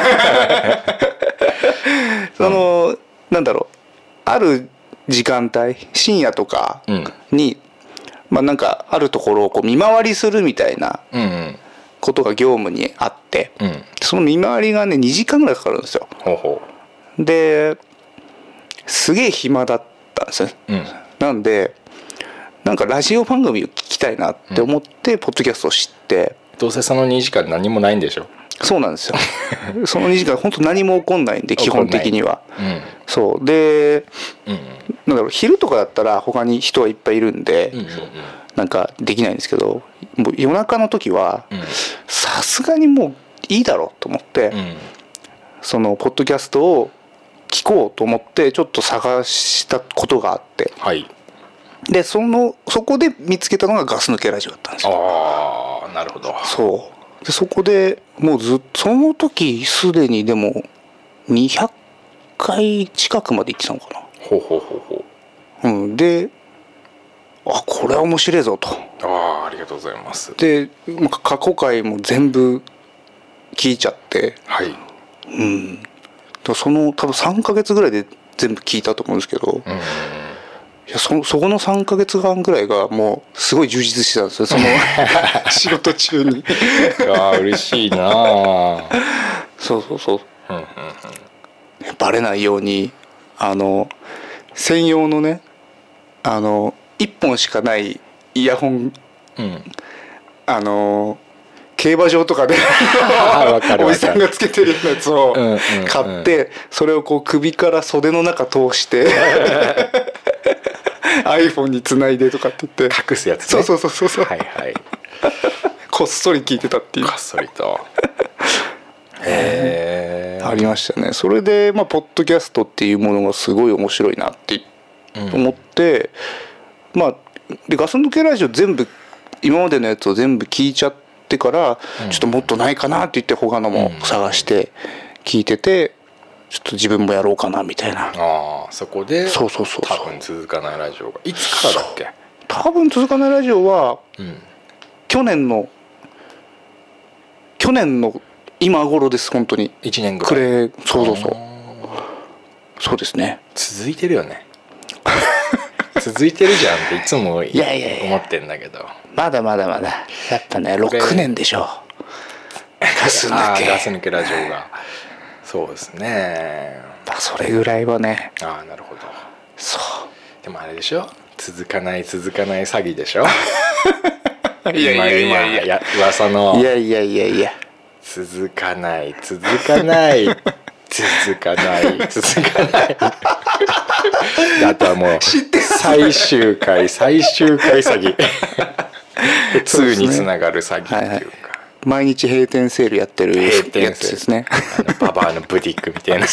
D: なんだろう、ある時間帯、深夜とかに、なんかあるところをこう見回りするみたいなことが業務にあって、その見回りがね2時間ぐらいかかるんですよ。ですげえ暇だったんですね。なんでなんかラジオ番組を聞きたいなって思ってポッドキャストを知って、
C: どうせその2時間何もないんでしょ。
D: そうなんですよその2時間本当何も起こんないんで、基本的には。そうで、なんだろう、昼とかだったら他に人はいっぱいいるんで、なんかできないんですけど、もう夜中の時はさすがにもういいだろうと思って、そのポッドキャストを聞こうと思ってちょっと探したことがあって、でそこで見つけたのがガス抜けラジオだったんですよ。
C: なるほど。
D: そうで、そこでもうその時すでにでも200回近くまで行ってたのかな。でこれは面白いぞと。
C: ありがとうございます。
D: で過去回も全部聞いちゃって、その多分3ヶ月ぐらいで全部聞いたと思うんですけど、いやそこの3ヶ月間ぐらいがもうすごい充実してたんですよ、その仕事中に
C: 嬉しいな。
D: そうバレないように専用のね1本しかないイヤホン、競馬場とかでおじさんがつけてるやつを買って、それをこう首から袖の中通してiPhone につないでとかって言って
C: 隠すやつね。
D: そうこっそり聞いてたっていう。
C: こっそりと
D: ありましたね。それでポッドキャストっていうものがすごい面白いなって思って、でガス抜けラジオ全部今までのやつを全部聞いちゃってから、ちょっともっとないかなって言って他のも探して聞いてて、ちょっと自分もやろうかなみたいな。
C: そこで
D: 多
C: 分続かないラジオがいつからだっけ。
D: 多分続かないラジオは、去年の今頃です。本当に
C: 1年ぐらい。
D: そうですね。
C: 続いてるよね続いてるじゃんっていつも思ってんだけど、
D: まだやっぱね6年でしょガス
C: 抜けラジオが。そうですね。
D: それぐらいはね。
C: なるほど。
D: そう
C: でもあれでしょ、続かない詐欺でしょ
D: いや
C: 噂の。
D: いや
C: 続かないあとはもう最終回詐欺2につながる詐欺っていうか、
D: 毎日閉店セールやってるやつですね。
C: ババアのブティックみたいな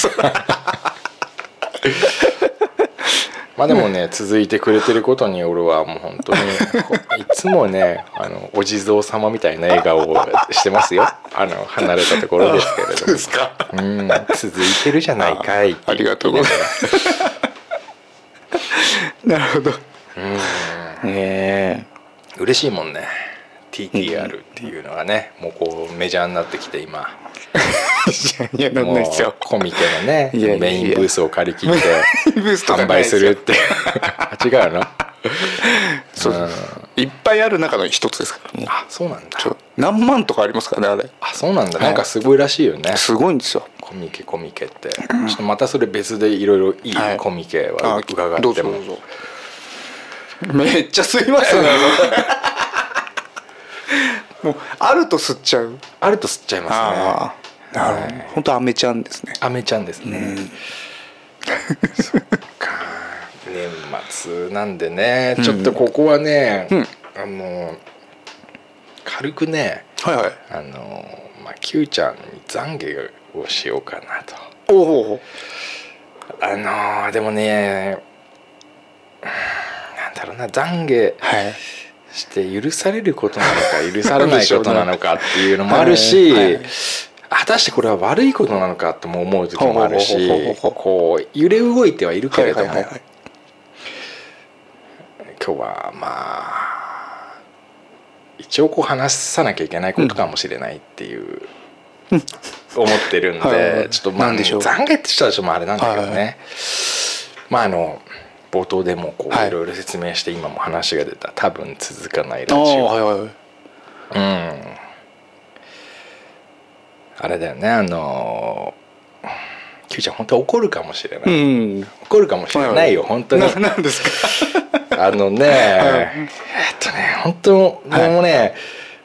C: でもね、続いてくれてることに俺はもう本当にいつもねお地蔵様みたいな笑顔をしてますよ離れたところですけれども。
D: そうですか。
C: 続いてるじゃないかいって。
D: ありがとうございますなるほど。
C: 嬉しいもんね TTR っていうのがね、もうこうメジャーになってきて今
D: いやなんないですよ。
C: コミケのねメインブースを借り切って販売するって違うの。
D: そういっぱいある中の一つですからね。
C: そうなんだ。
D: 何万とかありますからね、あれ。
C: そうなんだ。なんかすごいらしいよね。
D: すごいんですよ
C: コミケって。ちょっとまたそれ別でいろいろいいコミケは伺っても。
D: めっちゃ吸いますねもうあると吸っちゃう。
C: あると吸っちゃいますね。
D: なるほど。本当アメちゃんですね。
C: アメちゃんですね。そっか。 スなんでね、ちょっとここはね、軽くね、
D: はいはい、
C: Q ちゃんに懺悔をしようかなと。
D: おお。
C: でもね、なんだろうな、懺悔して許されることなのか許されないことなのかっていうのもあるし、果たしてこれは悪いことなのかっても思う時もあるし、こう揺れ動いてはいるけれども、今日はまあ一応こう話さなきゃいけないことかもしれないっていう思ってるんで、ちょっと懺悔って人たちもあれなんだけどね、冒頭でもこういろいろ説明して今も話が出た多分続かないラジオ、あれだよね、Q ちゃん本当は怒るかもしれない、怒るかもしれないよ、本当に。
D: 何ですか？
C: 本当もうね、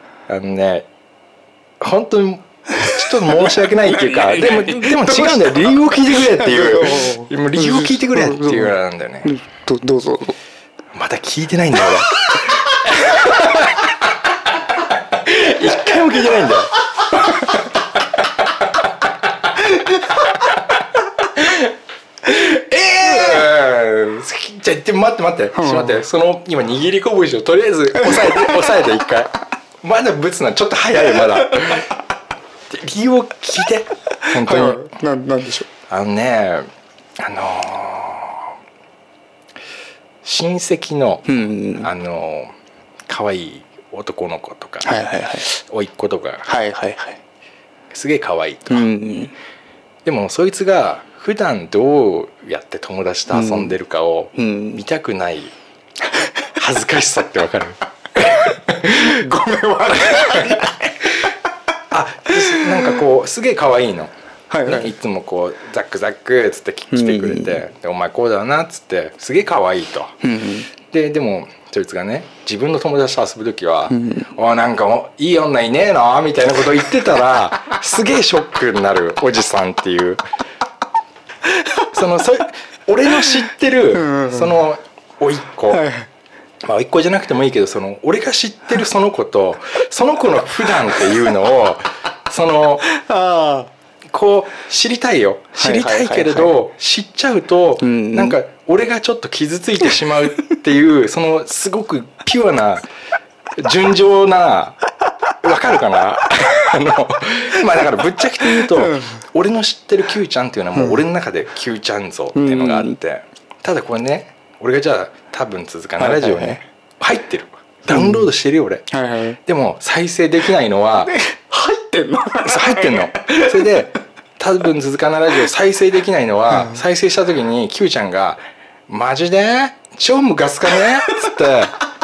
C: 本当にちょっと申し訳ないっていうかでも違うんだよ、理由を聞いてくれっていう、理由を聞いてくれっていうぐらいなんだよね。
D: どうぞ。
C: まだ聞いてないんだよ俺一回も聞いてないんだよじゃあ待って、その今握り拳をとりあえず押さえて一回まだぶつなちょっと早い、まだ理由を聞いて本当に、
D: なんでしょう。
C: 親戚の可愛い男の子とか甥っ子とかすげえ可愛いと、でもそいつが普段どうやって友達と遊んでるかを見たくない恥ずかしさってわかる？
D: ごめん、
C: なんかこうすげえ可愛いの、いつもこうザックザックっつって来てくれて、でお前こうだよなっつってすげえ可愛いと、でもそいつがね自分の友達と遊ぶ時はなんかいい女いねえなみたいなこと言ってたらすげえショックになるおじさんっていう俺の知ってるその甥っ子、甥っ子じゃなくてもいいけど、その俺が知ってるその子とその子の普段っていうのをこう知りたいよ、知りたいけれど知っちゃうとなんか俺がちょっと傷ついてしまうっていうそのすごくピュアな純情な、わかるかなだからぶっちゃけて言うと、俺の知ってる Q ちゃんっていうのはもう俺の中で Q ちゃん像っていうのがあって、ただこれね俺がじゃあ多分続かないラジオね入ってる、ダウンロードしてるよ俺、でも再生できないのは
D: 入ってんの
C: それで多分続かないラジオ再生できないのは、再生した時に Q ちゃんがマジで超ムカつかねっつって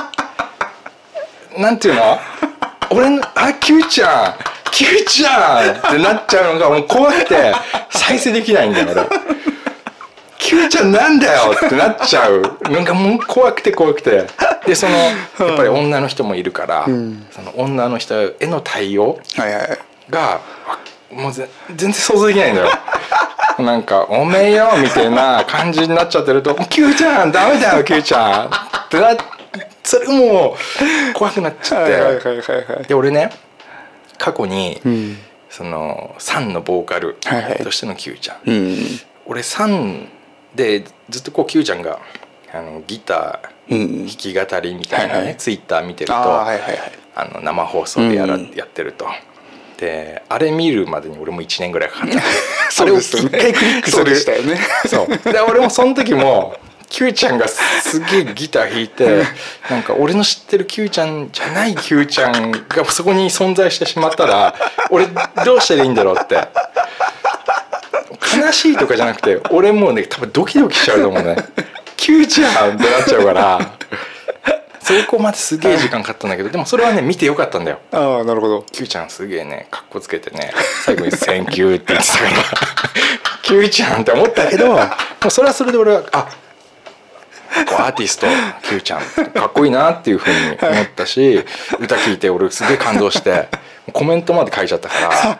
C: なんていうの、俺のQ ちゃんってなっちゃうのがもう怖くて再生できないんだよ俺。Q ちゃんなんだよってなっちゃう、なんかもう怖くてでやっぱり女の人もいるから、その女の人への対応がもう全然想像できないんだよなんかおめえよみたいな感じになっちゃってるとQ ちゃんダメだよQ ちゃんってそれも怖くなっちゃってで俺ね過去に、そのサンのボーカルとしての Q ちゃん、俺サンでずっとこう Q ちゃんがギター弾き語りみたいなね、ツイッター見てると生放送でやってると、であれ見るまでに俺も1年ぐらいかかったあれを1回クリックするそうで俺もその時もQ ちゃんがすげえギター弾いてなんか俺の知ってる Q ちゃんじゃない Q ちゃんがそこに存在してしまったら俺どうしたらいいんだろうって、悲しいとかじゃなくて俺もうね多分ドキドキしちゃうと思うねQ ちゃんってなっちゃうからそこまですげえ時間かかったんだけど、でもそれはね見てよかったんだよ。
D: ああなるほど。
C: Q ちゃんすげえねかっこつけてね最後に「センキュー」って言ってたからQ ちゃんって思ったけど、もうそれはそれで俺はアーティスト Q ちゃんかっこいいなっていうふうに思ったし、歌聴いて俺すげえ感動してコメントまで書いちゃったから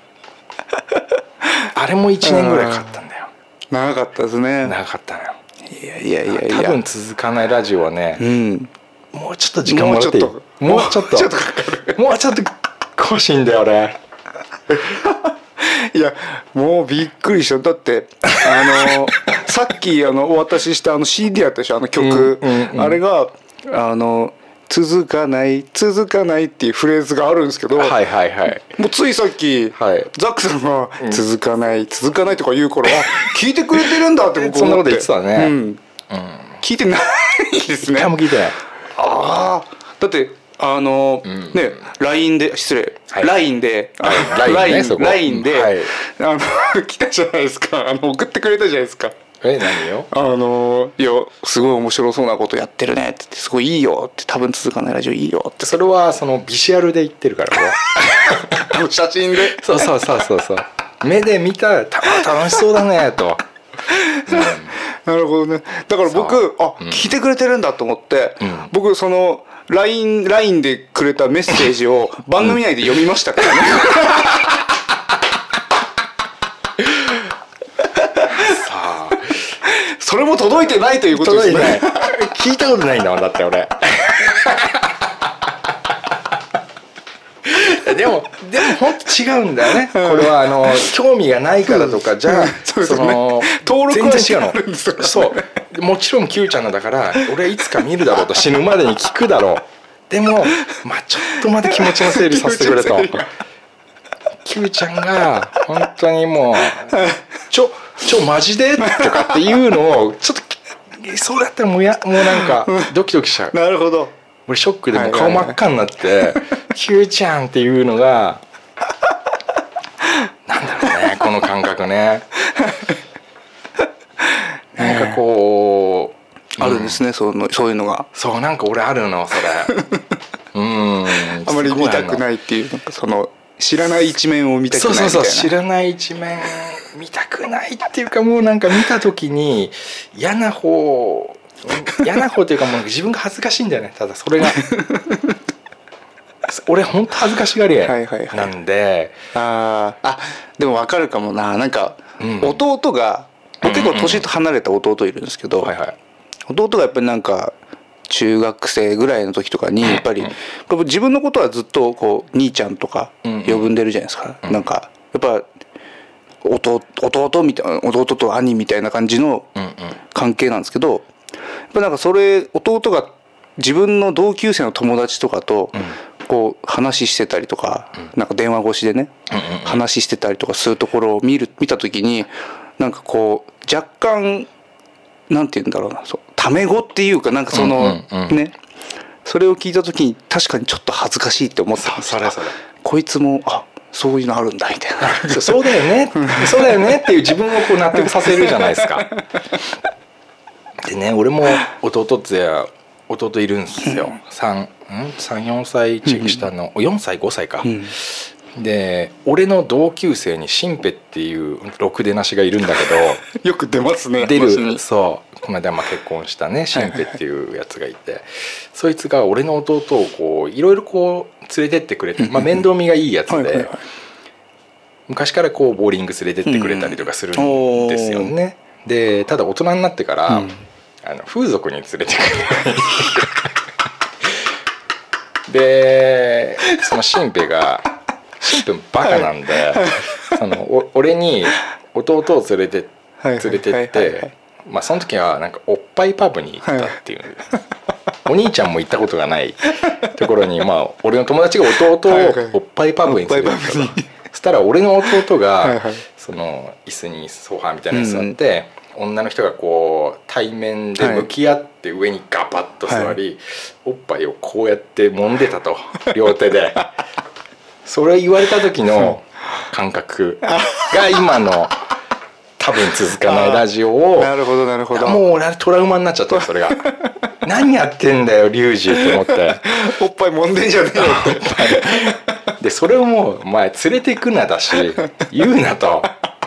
C: あれも1年ぐらいかかったんだよ。
D: 長かったですね。
C: 長かったのよ。
D: いや
C: 多分続かないラジオはね、もうちょっと時間
D: も
C: らっていい？もうちょっと
D: かかる。
C: もうちょっと欲しいんだよ俺。
D: いやもうびっくりした。だってさっきお渡ししたCD やったでしょ、曲、あれが続かないっていうフレーズがあるんですけど、
C: はいはいはい、
D: もうついさっき、はい、ザックさんが続かないとか言うから、聞いてくれてるんだって僕思って。
C: そんなこと言ってたね、
D: 聞いてないですね。
C: 一回も聞いてない。
D: ああ、だってね、LINE で失礼、はい、LINE で、LINE で、はい、来たじゃないですか、送ってくれたじゃないですか。
C: 何よ。
D: いやすごい面白そうなことやってるねって言って、すごいいいよって、多分続かないラジオいいよって。
C: それはそのビジュアルで言ってるから
D: 写真で
C: そう目で見たら楽しそうだねと、
D: なるほどね。だから僕聞いてくれてるんだと思って、僕そのLINE でくれたメッセージを番組内で読みましたからね。さあそれも届いてないということですね。
C: 聞いたことないんだもんだって俺。でも本当違うんだよね。これは興味がないからとかじゃその
D: 登録は
C: 全然違うの。そうもちろん Q ちゃんのだから俺いつか見るだろうと、死ぬまでに聞くだろう。でもちょっとまで気持ちの整理させてくれと。Q ちゃんが本当にもうマジでとかっていうのをちょっとそうだったらもうなんかドキドキしちゃう。
D: なるほど。
C: 俺ショックでもう顔真っ赤になって「Q ちゃん」っていうのがなんだろうね、この感覚ね。なんかこう
D: あるんですね、そういうのが。
C: そうなんか俺あるのそれ。
D: あまり見たくないっていう、なんかその知らない一面を見たくないみたいな。
C: そう知らない一面見たくないっていうか、もうなんか見た時に嫌な方というか、もう自分が恥ずかしいんだよね。ただそれが俺本当恥ずかしがり屋なんで、
D: でも分かるかもな。なんか弟が、僕結構年と離れた弟いるんですけど、弟がやっぱりなんか中学生ぐらいの時とかにやっぱり自分のことはずっとこう兄ちゃんとか呼んでるじゃないですか。なんかやっぱ弟みたいな、弟と兄みたいな感じの関係なんですけど、やっぱなんかそれ弟が自分の同級生の友達とかとこう話してたりとか、なんか電話越しでね話してたりとかするところを見た時に、なんかこう若干なんて言うんだろうな、タメ語っていうか、なんかそのね、それを聞いた時に確かにちょっと恥ずかしいって思ったんですよ。こいつもそういうのあるんだみたいな。
C: そうだよねっていう自分をこう納得させるじゃないですか。でね、俺も弟いるんですよ。4歳下の4歳5歳か。で俺の同級生にシンペっていうろくでなしがいるんだけ
D: どよく出ますね。
C: 出る。そうこの間結婚したねシンペっていうやつがいて、そいつが俺の弟をこういろいろこう連れてってくれて、面倒見がいいやつで昔からこうボーリング連れてってくれたりとかするんですよね。でただ大人になってから、風俗に連れてくる。でそのシンペバカなんで、俺に弟を連れてって、その時はなんかおっぱいパブに行ったっていう、お兄ちゃんも行ったことがないところに、俺の友達が弟をおっぱいパブに連れてったと。そしたら俺の弟がその椅子にソファーみたいなのに座って、女の人がこう対面で向き合って上にガバッと座り、おっぱいをこうやって揉んでたと、両手で。それ言われた時の感覚が今の多分続かないラジオを、
D: なるほど
C: もう俺トラウマになっちゃった。それが何やってんだよリュウジって思って、
D: おっぱい揉んでんじゃねえよ
C: って。でそれをもうお前連れてくなだし言うなと。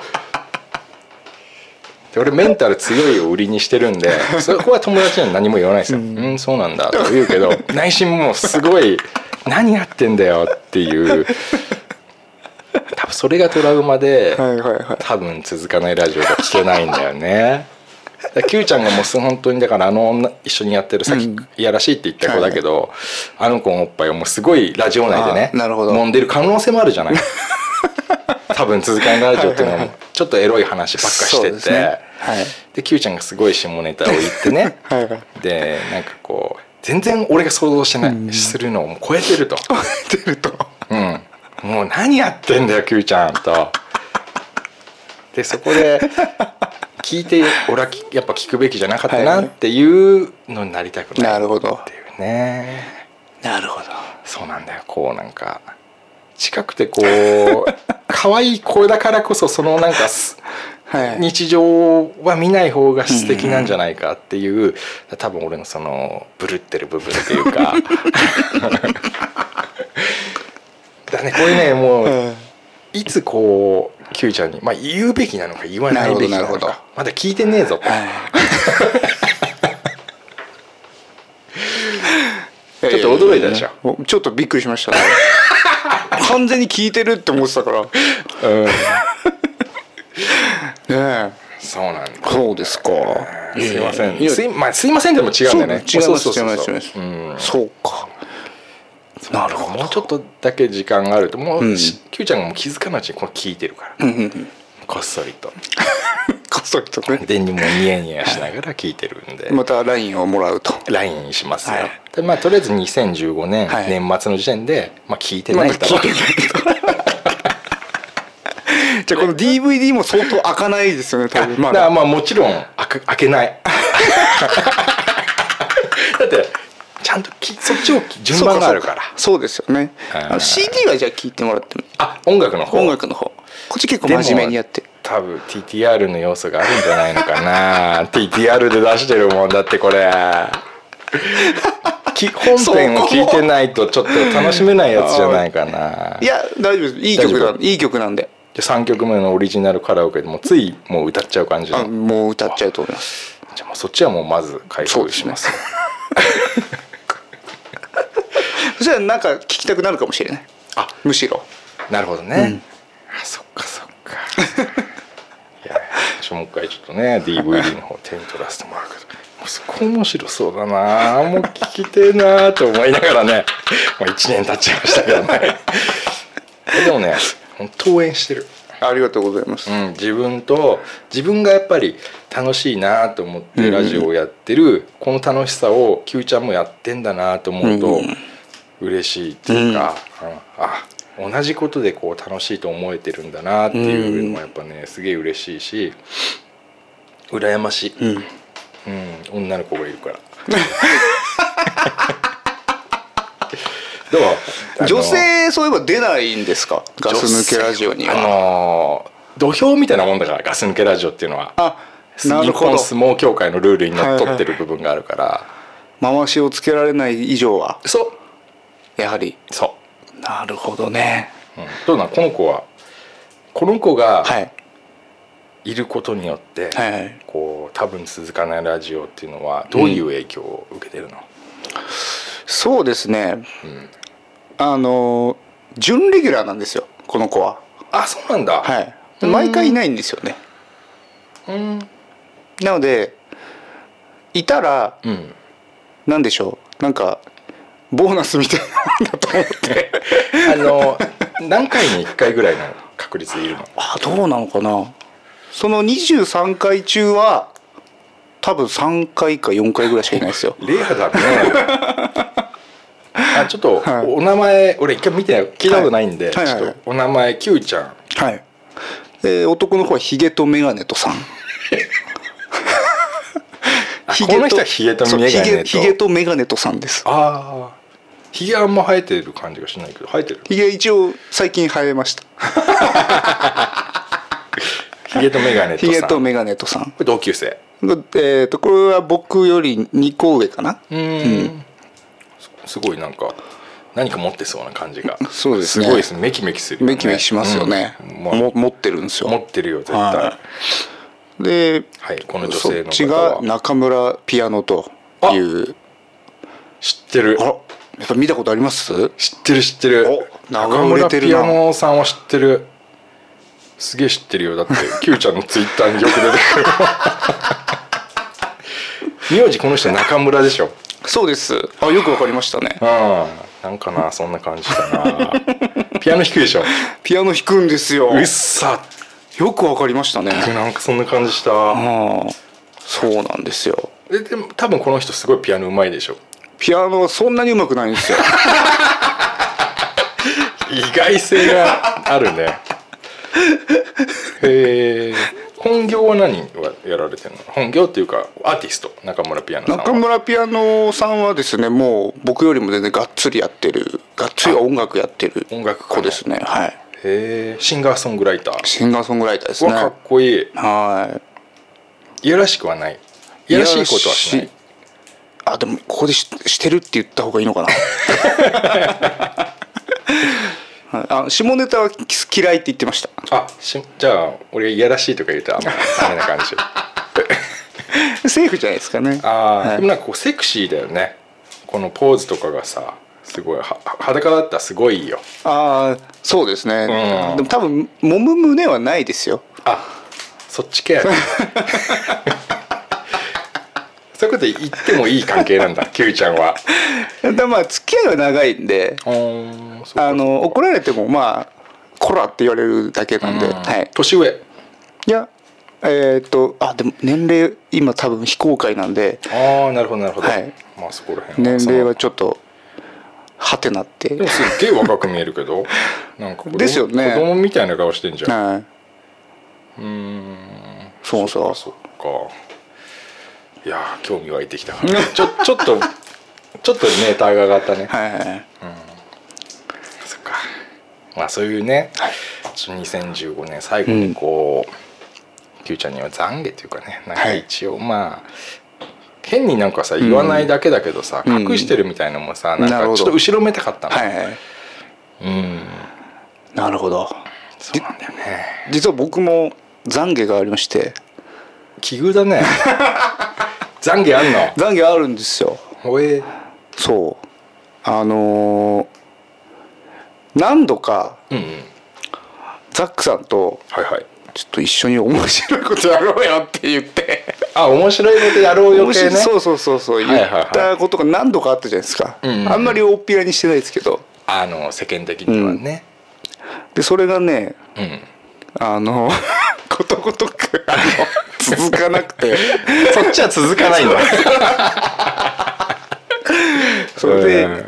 C: で俺メンタル強いを売りにしてるんで、そこは友達には何も言わないですよ。そうなんだと言うけど、内心もうすごい何やってんだよっていう、多分それがトラウマで、多分続かないラジオが聞けないんだよね。 Q ちゃんがもう本当にだから一緒にやってるさっきいやらしいって言った子だけど、あの子のおっぱいをもうすごいラジオ内でね揉んでる可能性もあるじゃない。多分続かないラジオっていうのはちょっとエロい話ばっかしてて、で Q ちゃんがすごい下ネタを言ってねでなんかこう全然俺が想像してないするのを超えてるともう何やってんだよ Q ちゃんと。でそこで聞いて俺はやっぱ聞くべきじゃなかったなっていうのになりたくないっていうね。
D: なるほど。
C: そうなんだよ。こうなんか近くてこう可愛い子だからこそそのなんか日常は見ない方が素敵なんじゃないかっていう多分俺のそのブルってる部分っていうかだね。これねもういつこう Q ちゃんに、まあ、言うべきなのか言わないべきなのかまだ聞いてねえぞとちょっと驚いたでしょ。
D: ちょっとびっくりしましたね。完全に聞いてるって思ってたから。ね
C: え。そうなんだ。
D: そうですか。
C: すいません。すいませんでも違うんだよね。
D: 違います。そうか。なるほど。
C: もうちょっとだけ時間があるともう Q ちゃんがもう気づかないうちにこれ聞いてるからこっそりと
D: こっそりとね。
C: でもうニヤニヤしながら聞いてるんで
D: また LINE をもらうと
C: LINE しますよ。でまあとりあえず2015年年末の時点でまあ聞いてないと。
D: じゃあこの DVD も相当開かないですよね多分。
C: まあもちろん開けない。だってちゃんとそっちを順番があるから。
D: そうですよね。CD はじゃあ聞いてもらっても。
C: 音楽の方
D: こっち結構真面目にやって
C: 多分 TTR の要素があるんじゃないのかな。TTR で出してるもんだってこれ本編を聞いてないとちょっと楽しめないやつじゃないかな。
D: いや大丈夫です。いい曲なんで。
C: じゃあ3曲目のオリジナルカラオケでもついもう歌っちゃう感じの。
D: もう歌っちゃうと思います。
C: じゃあもうそっちはもうまず開封します。
D: そしたらなんか聞きたくなるかもしれない。むしろ。
C: なるほどね。そっか。いやもう一回ちょっとね DVD の方手に取らせてもらうけどもうそこ面白そうだなもう聞きてえなと思いながらねもう1年経っちゃいましたけどね。でもね本当応援してる。
D: ありがとうございます。
C: 自分がやっぱり楽しいなと思ってラジオをやってるこの楽しさを Q ちゃんもやってんだなと思うと嬉しいっていうか、同じことでこう楽しいと思えてるんだなっていうのもやっぱねすげえ嬉しいし羨ましい、女の子がいるからどう
D: 女性そういえば出ないんですかガス抜けラジオには。
C: 土俵みたいなもんだからガス抜けラジオっていうのは日本相撲協会のルールにのっとってる部分があるから
D: 回しをつけられない以上は
C: そう
D: やはり
C: そう
D: なるほどね。
C: どうなんこの子がいることによってこう多分続かないラジオっていうのはどういう影響を受けてるの？
D: そうですね、準レギュラーなんですよこの子は。
C: そうなんだ。
D: 毎回いないんですよね。なのでいたら、なんでしょうなんかボーナスみたいなもんだと思って
C: 何回に1回ぐらいの確率でいるの？
D: どうなのかな。その23回中は多分3回か4回ぐらいしかいないですよ。
C: レアだね。ちょっとお名前俺一回見て聞いたことないんで、ちょっとお名前 Q ちゃん。
D: 男の方はヒゲとメガネとさん。
C: この人はヒゲとメガネと。
D: ヒゲとメガネとさんです。
C: ヒゲあんま生えてる感じがしないけど生えてる？
D: ヒゲ一応最近生えました。
C: ヒゲとメガネとさん。
D: ヒゲとメガネとさん。
C: これ同級生？
D: これは僕より2個上かな。
C: すごいなんか何か持ってそうな感じが。
D: そうですね。
C: すごいですね。メキメキするよね。
D: メキメキしますよね。持ってるんですよ。
C: 持ってるよ絶対。
D: で、
C: この女性の方は
D: そっちが中村ピアノという。
C: 知ってる。
D: やっぱ見たことあります？
C: 知ってる。中村ピアノさんは知ってる。すげえ知ってるよ。だって Q ちゃんのツイッターによく出てくる。 名字この人中村でしょ。
D: そうです。あ、よくわかりましたね。
C: なんかな、そんな感じだな。ピアノ弾くでしょ。
D: ピアノ弾くんですよ。
C: うっさ、
D: よくわかりましたね。
C: なんかそんな感じした。
D: そうなんですよ。
C: でも多分この人すごいピアノうまいでしょ。
D: ピアノはそんなにうまくないんですよ。
C: 意外性があるね。へえ。本業は何をやられてるの？本業っていうかアーティスト中村ピアノさんは。
D: 中村ピアノさんはですね、もう僕よりも全然がっつり音楽やってる子ですね。はい。へ
C: え。シンガーソングライター。
D: シンガーソングライターですね。
C: かっこいい。
D: はい。
C: いやらしくはない。いやらしいことはしない。
D: あ、でもここでしてるって言った方がいいのかな。下ネタは嫌いって言ってました。
C: じゃあ俺いやらしいとか言うとあんまダメな感
D: じ。セーフじゃないですかね。
C: でもなんかこうセクシーだよね。このポーズとかがさ、すごい裸だったらすごいいいよ。
D: そうですね。でも多分揉む胸はないですよ。
C: そっち系やね。そういうこと言ってもいい関係なんだ、キュウちゃんは。
D: まあ付き合いは長いんで、怒られてもまあコラって言われるだけなんで。
C: 年上？
D: いや、でも年齢今多分非公開なんで。
C: なるほどなるほど。まあそこら辺
D: 年齢はちょっとはてなって。
C: でもすっげえ若く見えるけど、なんか
D: ですよね。
C: 子供みたいな顔してんじゃん。
D: そうそう。
C: そっか。いや興味湧いてきた。ちょっとメーターが上がったね。そっか。まあそういうね、2015年最後にこう、キュウちゃんには懺悔というかね、なんか一応まあ変になんかさ言わないだけだけどさ、隠してるみたいなのもさ、なんかちょっと後ろめたかったの。
D: なるほど。
C: そうなんだよね。
D: 実は僕も懺悔がありまして。
C: 奇遇だね。懺悔あんの？
D: 懺悔あるんですよ。そう。何度か、ザックさんと、ちょっと一緒に面白いことやろうよって言って。
C: 面白いことやろうよってね。
D: そう言ったことが何度かあったじゃないですか。あんまり大っぴらにしてないですけど。
C: 世間的にはね。
D: でそれがね、ことごとく続かなくて。
C: そっちは続かないんだ。
D: それで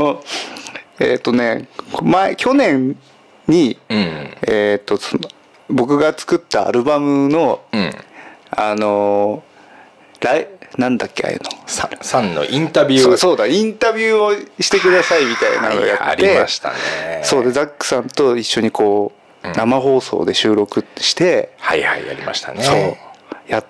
D: 去年に僕が作ったアルバムのなんだっけ、ああいうの
C: さんのインタビュー。
D: そうだ、インタビューをしてくださいみたいなのをやって、
C: ありましたね。
D: そうでザックさんと一緒にこう生放送で収録して
C: やりましたね。
D: そうやって、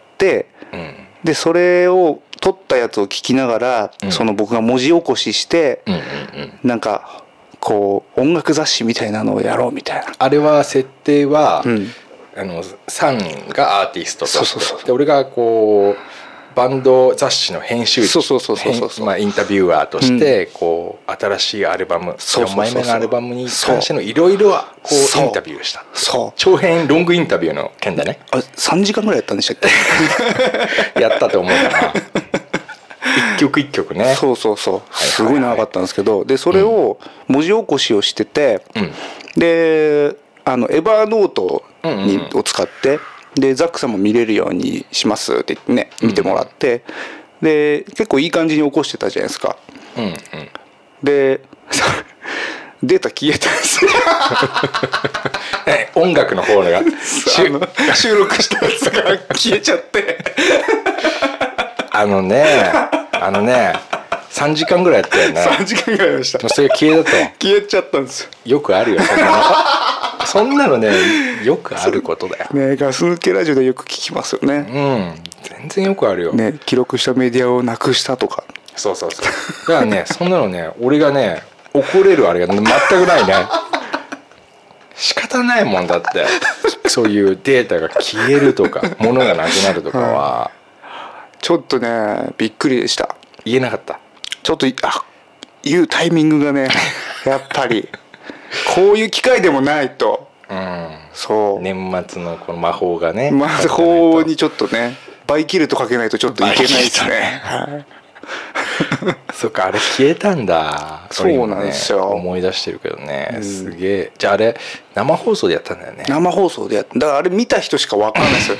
D: でそれを撮ったやつを聞きながら、その僕が文字起こしして、なんかこう音楽雑誌みたいなのをやろうみたいな。
C: あれは設定は、サンがアーティストとして、で俺がこうバンド雑誌の編集長、インタビュアーとしてこう新しいアルバム、4枚目のアルバムに関してのいろいろこうインタビューした。長編ロングインタビューの件だね。
D: 3時間ぐらいやったんでしたっ
C: け？やったと思うかな。一曲一曲ね。
D: そうすごい長かったんですけど、でそれを文字起こしをしてて、でエヴァーノートを使ってでザックさんも見れるようにしますって言ってね、見てもらって、で結構いい感じに起こしてたじゃないですか。でデータ消えたんですよ。
C: 音楽の方が
D: 収録したやつが消えちゃって
C: 3時間ぐらいやったよね。
D: 3時間ぐらいやりました。
C: それが消
D: えちゃったんですよ。
C: よくあるよそんなのね、よくあることだよ
D: ね。ガス抜けラジオでよく聞きますよね。
C: 全然よくあるよ
D: ね。記録したメディアをなくしたとか。
C: そうだからね、そんなのね、俺がね怒れるあれが全くないね。仕方ないもんだって。そういうデータが消えるとか物がなくなるとかは、
D: ちょっとねびっくりでした。
C: 言えなかった。
D: ちょっと言うタイミングがねやっぱりこういう機会でもないと、
C: そう年末のこの魔法がね、
D: 魔法にちょっとねバイキルトかけないとちょっといけないですね。
C: そっか、あれ消えたんだ。
D: そうなんですよ。
C: 思い出してるけどね、すげえ。じゃああれ生放送でやったんだよね。
D: 生放送でやった。だからあれ見た人しか分かんないですよ。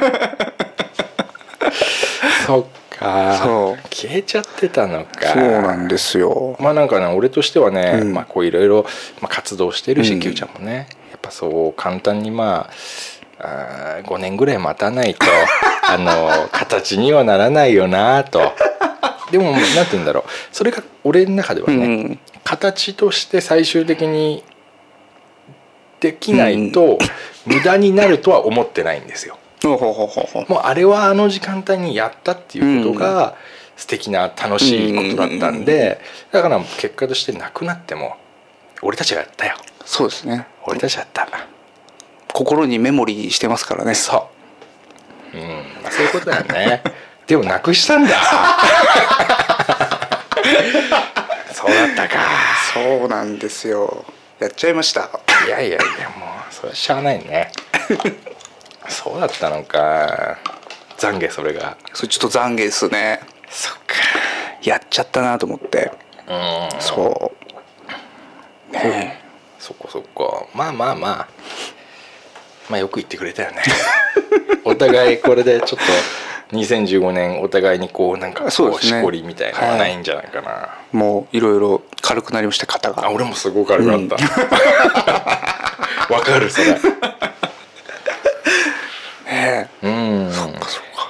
C: そっか、そう消えちゃってたのか。
D: そうなんですよ。
C: まあなんかね、俺としてはね、まあこういろいろ活動してるし、Q ちゃんもね、やっぱそう簡単にまあ5年ぐらい待たないと形にはならないよなと。でもなんて言うんだろう、それが俺の中ではね、形として最終的にできないと無駄になるとは思ってないんですよ。もうあれはあの時間帯にやったっていうことが素敵な楽しいことだったんで、だから結果としてなくなっても俺たちがやったよ。
D: そうですね、
C: 俺たちやった。
D: 心にメモリーしてますからね。
C: そう、まあ、そういうことだよね。でもなくしたんだ。そうだったか。
D: そうなんですよ、やっちゃいました。
C: いやいやいや、もうそれはしゃあないね。そうだったのか。懺悔、それが。
D: それちょっと懺悔ですね。
C: そっか、
D: やっちゃったなと思って。そうね、
C: そっかそっか。まあよく言ってくれたよね。お互いこれでちょっと2015年お互いにこうなんかこうしこりみたいなのはないんじゃないかな。はい、
D: もういろいろ軽くなりました、肩が。
C: 俺もすごく軽くなった。わかるそれ。
D: ねえ、そっか。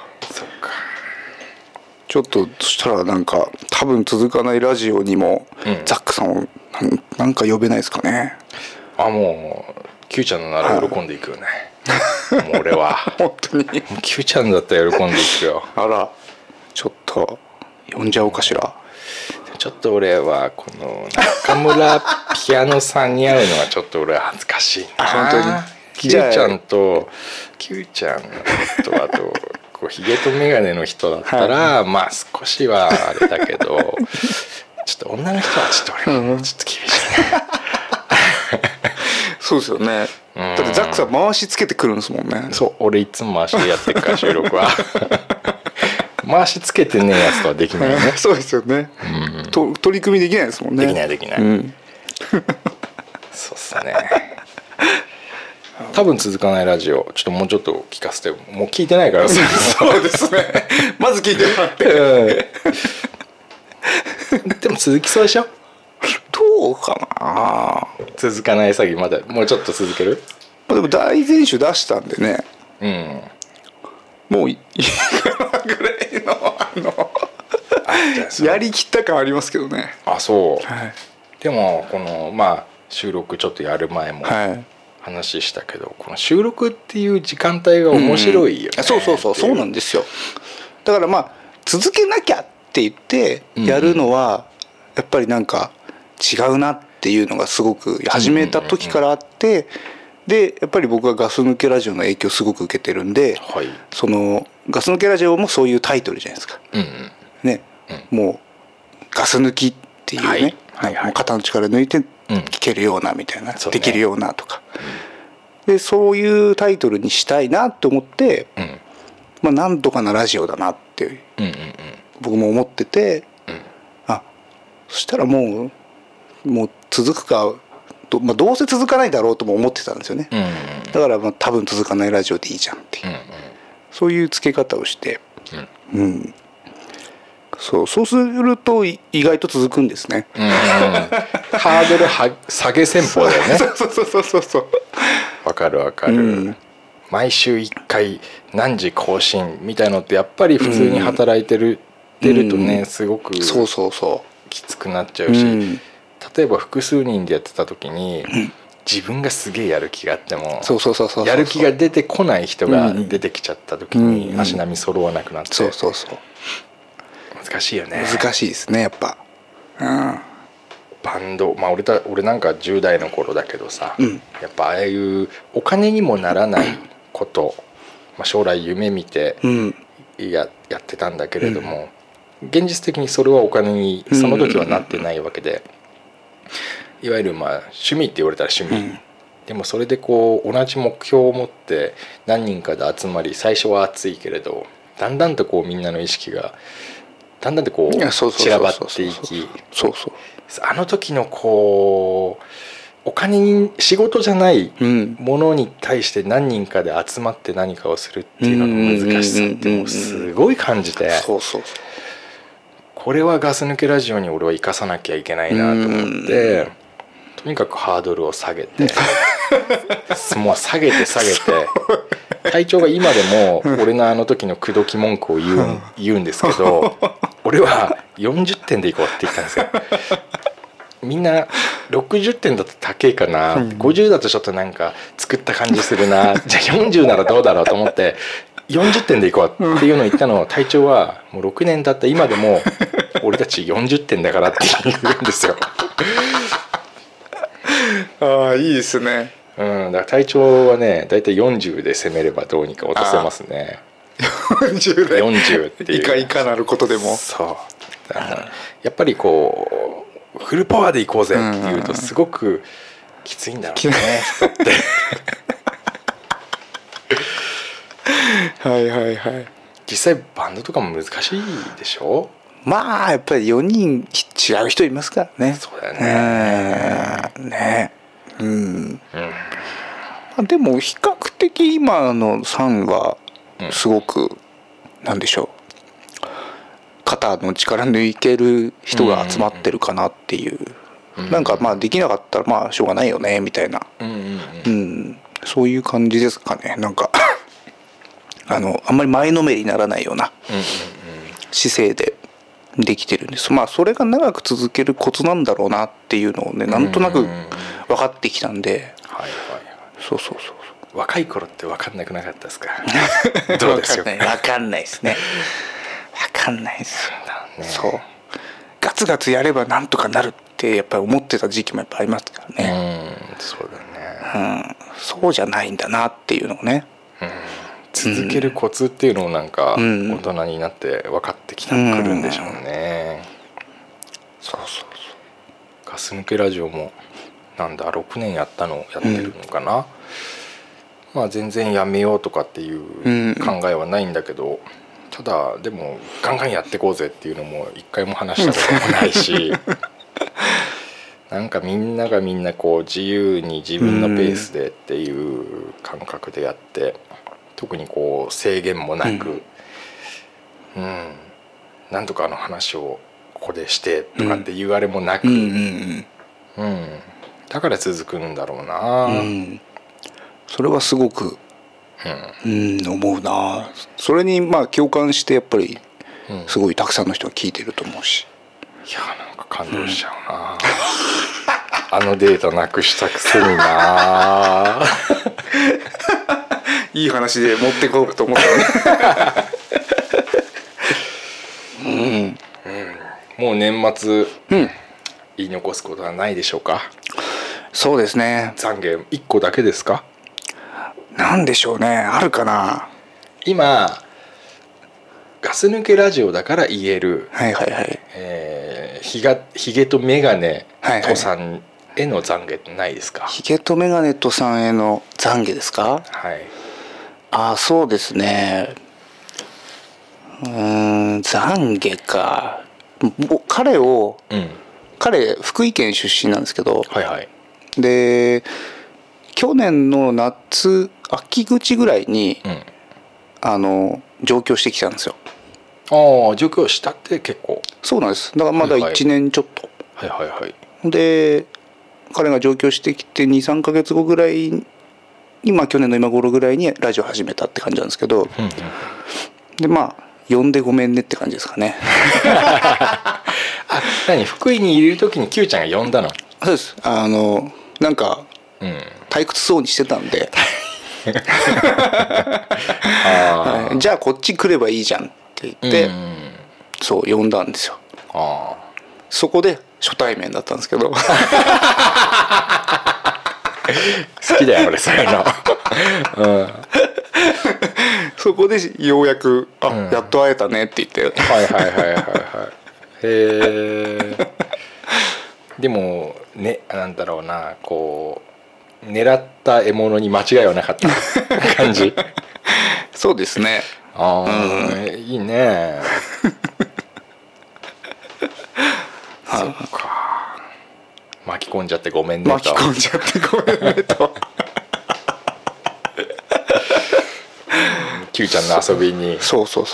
D: ちょっとそしたらなんか多分続かないラジオにも、ザックさんをなんか呼べないですかね。
C: もう Q ちゃんのなら喜んでいくよね。もう俺は
D: 本当に
C: Q ちゃんだったら喜んでいくよ。
D: あら、ちょっと呼んじゃおうかしら。
C: ちょっと俺はこの中村ピアノさんに会うのはちょっと俺は恥ずかしいな。
D: 本当に
C: Q ちゃんと Q ちゃんとあとこうヒゲとメガネの人だったら、まあ少しはあれだけど、ちょっと女の人はちょっと俺ちょっと厳しいね。
D: そうですよね。だってザックさん回しつけてくるんですもんね。
C: そう、俺いつも回しでやってるから収録は。回しつけてねえやつとはできないね。
D: そうですよね。取り組みできないですもんね。
C: できない。そうっすね。多分続かないラジオ、ちょっともうちょっと聞かせて。もう聞いてないから。
D: そうですね。まず聞いてもらって。
C: でも続きそうでしょ。
D: どうかな。
C: 続かない詐欺まだもうちょっと続ける。
D: でも大全集出したんでね。もういいかなぐらいのやりきった感ありますけどね。
C: そう、でもこの収録ちょっとやる前も話したけど、この収録っていう時間帯が面白いよね。
D: そうなんですよ。だから続けなきゃって言ってやるのはやっぱりなんか違うなっていうのがすごく始めた時からあって、でやっぱり僕はガス抜けラジオの影響すごく受けてるんで、そのガス抜けラジオもそういうタイトルじゃないですか。ね、もうガス抜きっていうね、もう肩の力抜いて聞けるようなみたいな、できるようなとか、でそういうタイトルにしたいなと思って、なんとかなラジオだなって僕も思ってて、そしたらもう続くか、どうせ続かないだろうとも思ってたんですよね。だから多分続かないラジオでいいじゃんっていう、そういう付け方をして、そうすると意外と続くんですね。
C: ハードル下げ戦法だよね。
D: そう
C: わかる、毎週1回何時更新みたいのってやっぱり普通に働いてるとね、すごくきつくなっちゃうし、例えば複数人でやってた時に、自分がすげえやる気があってもやる気が出てこない人が出てきちゃった時に足並み揃わなくなって、難しいよね。
D: 難しいですね、やっぱ。
C: バンド、俺なんか10代の頃だけどさ、やっぱああいうお金にもならないこと、将来夢見てやってたんだけれども、現実的にそれはお金にその時はなってないわけで、いわゆる趣味って言われたら趣味、でもそれでこう同じ目標を持って何人かで集まり、最初は熱いけれどだんだんとこうみんなの意識がだんだんとこう散らばっていき、あの時のこうお金に仕事じゃないものに対して何人かで集まって何かをするっていうのの難しさってもうすごい感じて、これはガス抜けラジオに俺は生かさなきゃいけないなと思って、とにかくハードルを下げてもう下げて隊長が今でも俺のあの時の口説き文句を言うんですけど、俺は40点でいこうって言ったんですよ。みんな60点だと高いかな、50だとちょっとなんか作った感じするな、じゃあ40ならどうだろうと思って40点でいこうっていうのを言ったのを隊長はもう6年経った今でも俺たち40点だからって言うんですよ。
D: ああいいですね。
C: だから隊長はねだいたい40で攻めればどうにか落とせますね。
D: 40で
C: 40っていう
D: いかなることでも
C: そうだからやっぱりこうフルパワーでいこうぜっていうとすごくきついんだろうね、人って
D: はいはいはい。
C: 実際バンドとかも難しいでしょ。
D: まあやっぱり4人違う人いますからね。
C: そうだよね。
D: ねでも比較的今の3はすごくなんでしょう、肩の力抜ける人が集まってるかなっていう、なんかまあできなかったらまあしょうがないよねみたいな、そういう感じですかね。なんかあんまり前のめりにならないような姿勢でできてるんです。まあそれが長く続けるコツなんだろうなっていうのをねなんとなく分かってきたんで、そう
C: 若い頃って分かんなくなかったですか。どうですよ。
D: 分かんないですね。分かんないですよ、そうガツガツやればなんとかなるってやっぱり思ってた時期もやっぱありますからね。
C: そうだね、
D: そうじゃないんだなっていうのをね、
C: 続けるコツっていうのをなんか大人になって分かってきてくるんでしょうね。ガス抜けラジオもなんだ6年やってるのかな、まあ全然やめようとかっていう考えはないんだけど、ただでもガンガンやってこうぜっていうのも一回も話したこともないしなんかみんながみんなこう自由に自分のペースでっていう感覚でやって、特にこう制限もなく、なんとかの話をここでしてとかって言われもなく、だから続くんだろうな、
D: それはすごく思うな。それにまあ共感してやっぱりすごいたくさんの人が聞いてると思うし、
C: いやなんか感動しちゃうな、あのデータなくしたくせにない
D: い話で持ってこうかと思ったのに
C: もう年末、言い残すことはないでしょうか。
D: そうですね。
C: 懺悔1個だけですか。
D: なんでしょうね、あるかな。
C: 今ガス抜けラジオだから言える、ヒゲとメガネとさんへの懺悔ってないですか。
D: ヒゲとメガネとさんへの懺悔ですか。そうですね。懺悔か。彼福井県出身なんですけど、で去年の秋口ぐらいに、上京してきたんですよ。
C: 上京したって結構。
D: そうなんです。だからまだ1年ちょっと、で彼が上京してきて 2,3 ヶ月後ぐらいに、去年の今頃ぐらいにラジオ始めたって感じなんですけど、でまあ呼んでごめんねって感じですかね。
C: 何、福井にいる時に Q ちゃんが呼んだの。
D: そうです。なんか、退屈そうにしてたんでじゃあこっち来ればいいじゃんって言って、そう呼んだんですよ。そこで初対面だったんですけど好
C: きだよ俺そういうの
D: そこでようやくやっと会えたねって言って
C: でもね、なんだろうな、こう狙った獲物に間違いはなかった感じ。
D: そうですね。
C: ああ、いいねそっか、巻き込んじゃってごめんねと。
D: 巻き込んじゃってごめんねと
C: Q ちゃんの遊びに。
D: そうそう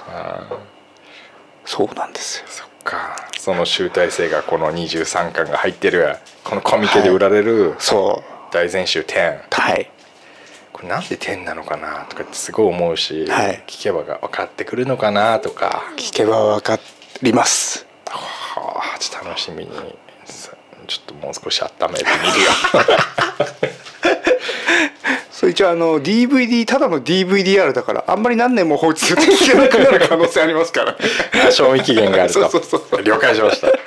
D: なんですよ。
C: そっか、その集大成がこの23巻が入ってるこのコミケで売られる、
D: そう
C: 大全集10、
D: はい、
C: これなんで10なのかなとかってすごい思うし、
D: はい、
C: 聞けばが分かってくるのかなとか。
D: 聞けば分かります。
C: はあ、ちょっと楽しみに、ちょっともう少し温めてみるよ
D: それ一応DVD ただの DVDR だからあんまり何年も放置すると聞けなくなる可能性ありますからね
C: 賞味期限があると。
D: そう
C: 了解しました俺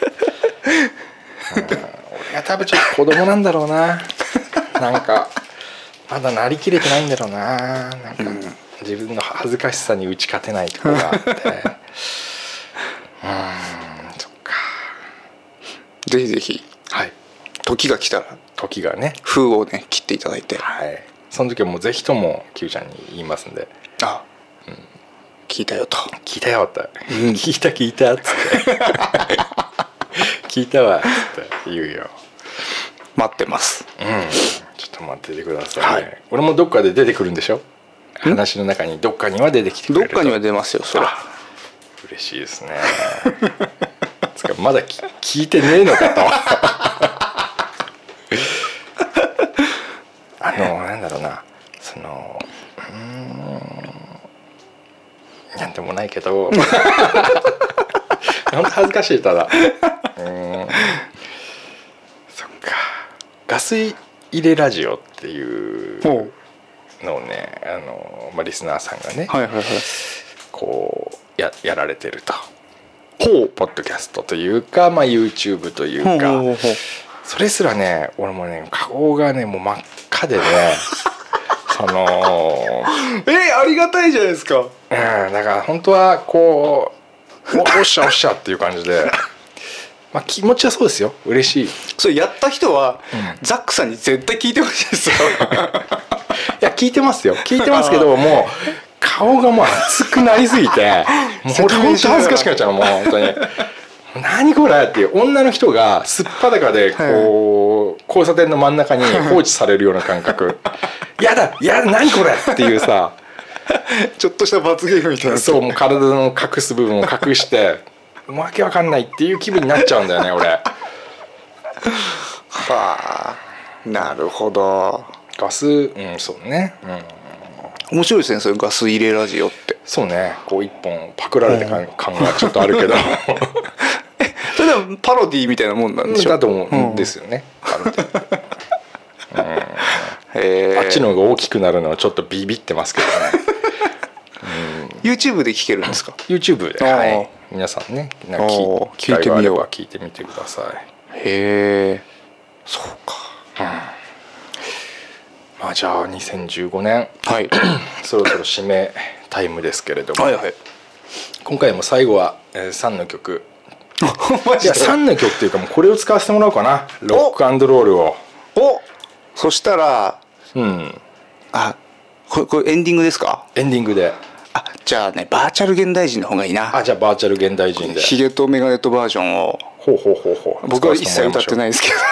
C: が多分ちょっと子供なんだろうななんかまだなりきれてないんだろうな、なんか自分の恥ずかしさに打ち勝てないところがあってそっか。
D: ぜひぜひ、
C: はい、
D: 時が来たら
C: 時がね、
D: 封をね切っていただいて、
C: はい、その時はもうぜひとも Q ちゃんに言いますんで、
D: あ、聞いたよと、
C: 聞いたよって、聞いたっつって聞いたわっつって言うよ。
D: 待ってます。
C: ちょっと待っててください、はい、俺もどっかで出てくるんでしょ、話の中にどっかには出てきてくれると。
D: どっかには出ますよ、それ。
C: 嬉しいですねつかまだ聞いてねえのかとなんだろうな、なんでもないけど本当恥ずかしい、ただそっか、ガス入れラジオっていうのをね、リスナーさんがね、
D: はいはいはい、
C: こう やられてると、ポッドキャストというか、YouTube というか、それすらね、俺もね顔がねもう真っ赤でね
D: ありがたいじゃないですか。
C: だから本当はこうおっしゃおっしゃっていう感じで気持ちはそうですよ、嬉しい。
D: それやった人は、ザックさんに絶対聞いてほしいですよ
C: いや聞いてますけどもう顔がもう熱くなりすぎてもう俺本当恥ずかしくなっちゃう、もう本当に何これっていう、女の人がすっぱだかでこう、交差点の真ん中に放置されるような感覚やだ何これっていうさ
D: ちょっとした罰ゲームみたいな。
C: そう、もう体の隠す部分を隠してわけわかんないっていう気分になっちゃうんだよね俺は
D: あ、なるほど。
C: ガス、そうね、
D: 面白いですね、そういうガス入れラジオって。
C: そうね、こう一本パクられて感がちょっとあるけど
D: それでもパロディみたいなもんなんでしょ。
C: だと思うんですよね、あっちの方が大きくなるのはちょっとビビってますけどね
D: YouTube で聞けるんですか。
C: YouTube で、はい、皆さんね、なんか機会があれば聞いてみてください。
D: へえ、そうか。
C: じゃあ2015年、はい、そろそろ締めタイムですけれども、はいはい、今回も最後は、3の曲いや3の曲っていうかもうこれを使わせてもらおうかな、ロック&ロールを。
D: そしたらこれエンディングですか。
C: エンディングで。
D: じゃあね、バーチャル現代人の方がいいな。
C: じゃあバーチャル現代人で
D: ヒゲとメガネとバージョンを。僕は一切歌ってないですけど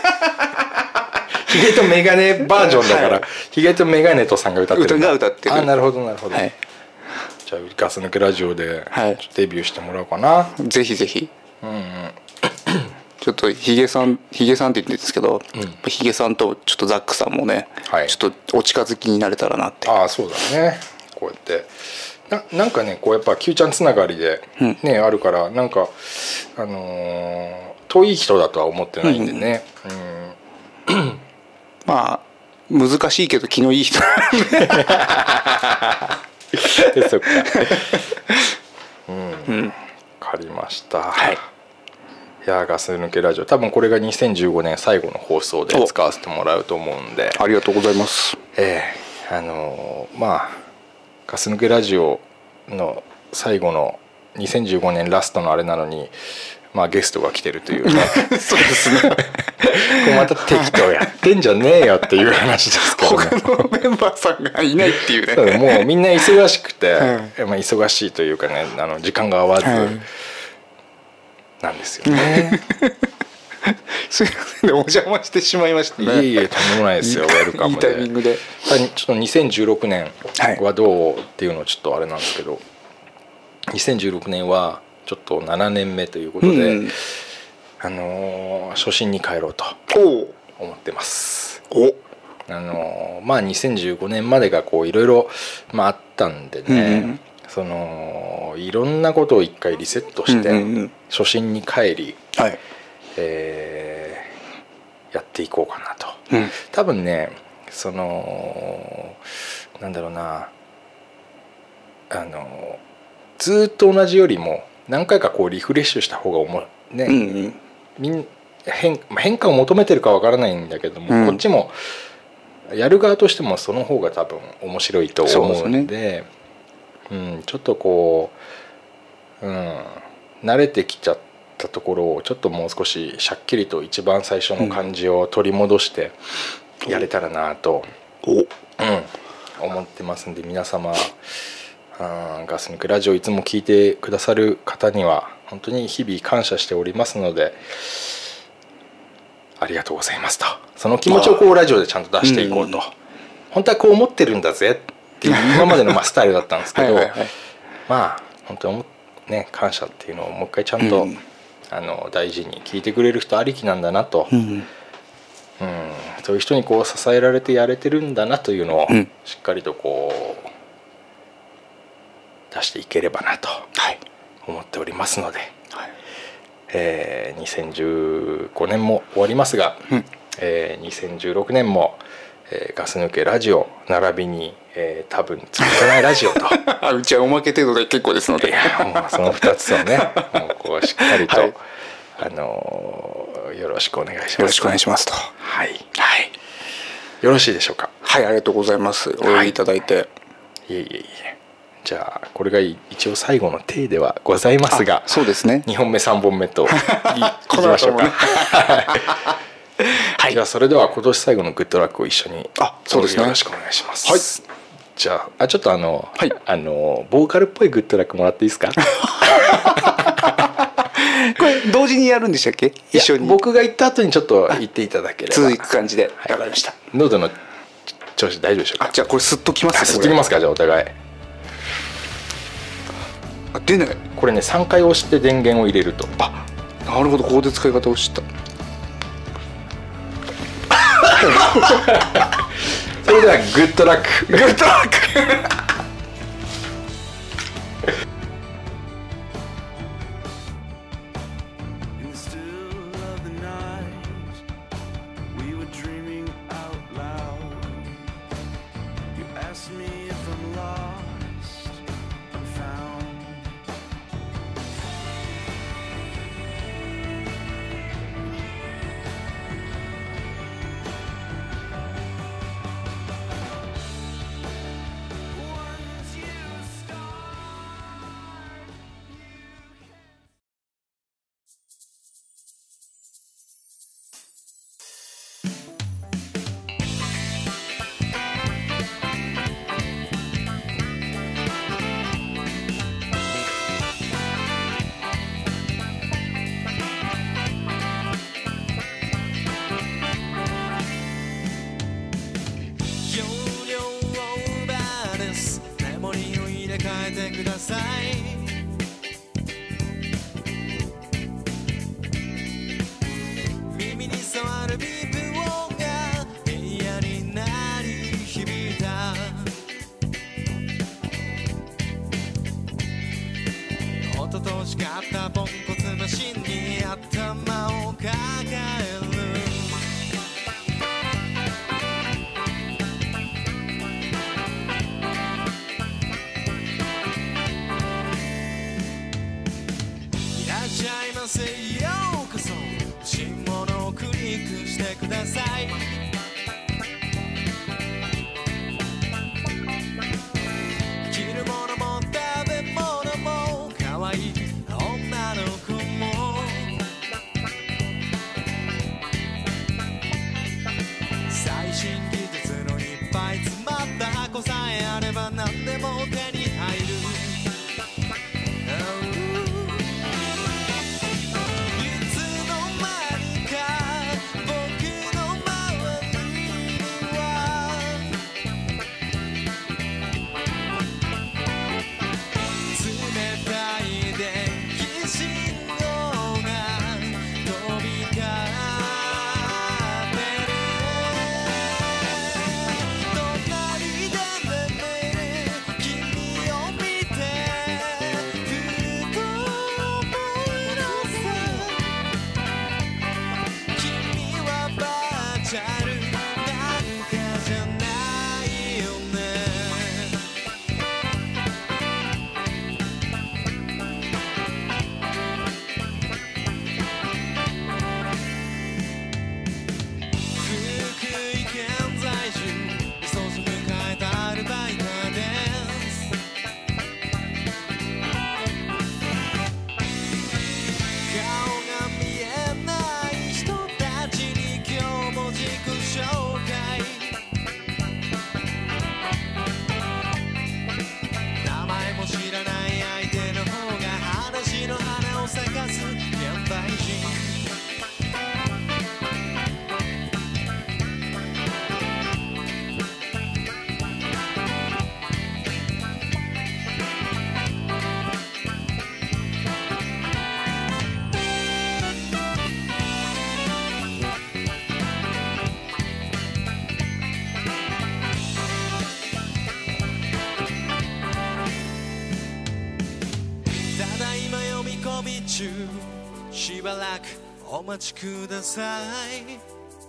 C: ヒゲとメガネバージョンだから、はい、ヒゲとメガネとさんが歌ってる。
D: 歌ってる。
C: なるほどなるほど、はい、じゃあガス抜けラジオでデビューしてもらおうかな、
D: ぜひぜひ。ちょっとヒゲさんって言ってるんですけど、ヒゲさんとちょっとザックさんもね、ちょっとお近づきになれたらなって。
C: そうだね、こうやってなんかね、こうやっぱ Q ちゃんつながりでね、あるからなんか遠い人だとは思ってないんでね、
D: 難しいけど気のいい人
C: そっか分かりました、はい、いやガス抜けラジオ、多分これが2015年最後の放送で使わせてもらうと思うんで。
D: ありがとうございます。
C: ガス抜けラジオの最後の2015年ラストのあれなのにまあゲストが来てるというね
D: そうですね
C: また適当やってんじゃねえよっていう話ですけど、ね、
D: 他のメンバーさんがいないっていうね
C: もうみんな忙しくて、まあ、忙しいというかね時間が合わずなんですよね、
D: すいませんねお邪魔してしまいましたね。
C: いえいえとんでもないですよ。ウェルカムで。
D: いいタイミングで。
C: ちょっと2016年はどうっていうのはちょっとあれなんですけど、2016年はちょっと7年目ということで、初心に帰ろうと思ってます。まあ2015年までがこういろいろあったんでね、いろんなことを一回リセットして、初心に帰り、やっていこうかなと、多分ねなんだろうなずっと同じよりも何回かこうリフレッシュした方が変化を求めてるかわからないんだけども、こっちもやる側としてもその方が多分面白いと思うんで、ちょっとこう、慣れてきちゃったところをちょっともう少ししゃっきりと一番最初の感じを取り戻してやれたらなと、思ってますんで、皆様ガス抜けラジオいつも聞いてくださる方には本当に日々感謝しておりますので、ありがとうございますと、その気持ちをこうラジオでちゃんと出していこうと、本当はこう思ってるんだぜっていう今までのスタイルだったんですけどまあ本当にね感謝っていうのをもう一回ちゃんと、大事に聞いてくれる人ありきなんだなと、そういう人にこう支えられてやれてるんだなというのをしっかりとこう出していければなと思っておりますので、2015年も終わりますが、2016年も、ガス抜けラジオ並びに、多分続かないラジオと
D: うちはおまけ程度で結構ですので、
C: もうその2つをねもうこうしっかりと、よろしくお願いします。
D: よろしくお願いしますと。
C: よろしいでしょうか。
D: ありがとうございます。お呼びいただいて。
C: いえ。じゃあこれが一応最後の体ではございますが、
D: そうですね。
C: 2本目3本目といきましょうか。じゃあそれでは今年最後のグッドラックを一緒に
D: そうですね、
C: よろしくお願いします。じゃあちょっとボーカルっぽいグッドラックもらっていいですか。
D: これ同時にやるんでしたっけ？一緒に。
C: 僕が言った後にちょっと言っていただければ
D: 続く感じで。わかりました。
C: 喉の調子大丈夫でしょうか。
D: じゃあこれスッときますね。
C: スッときますか。じゃあお互い。
D: 出ない。
C: これね3回押して電源を入れると。
D: なるほど、ここで使い方を知った。
C: それではグッドラック。
D: グッドラック。
E: 着るものも食べ物も可愛い女の子も中しばらくお待ちください。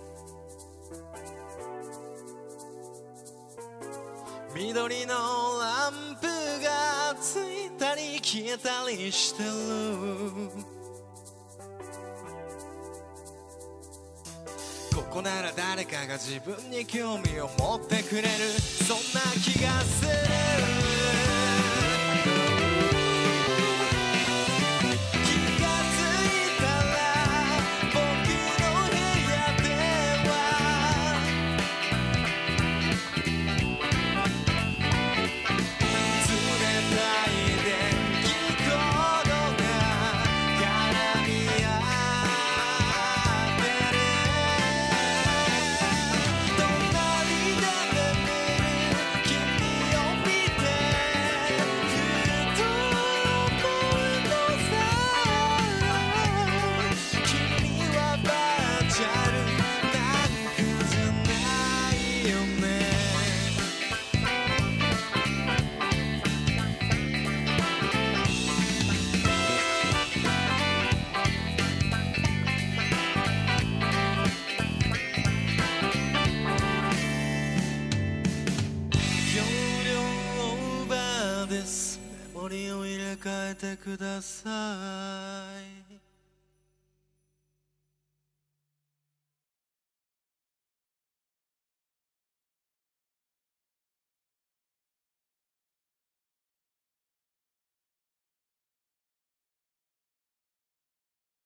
E: 緑のランプがついたり消えたりしてる。ここなら誰かが自分に興味を持ってくれる、そんな気がする。メモリを入れ替えてください。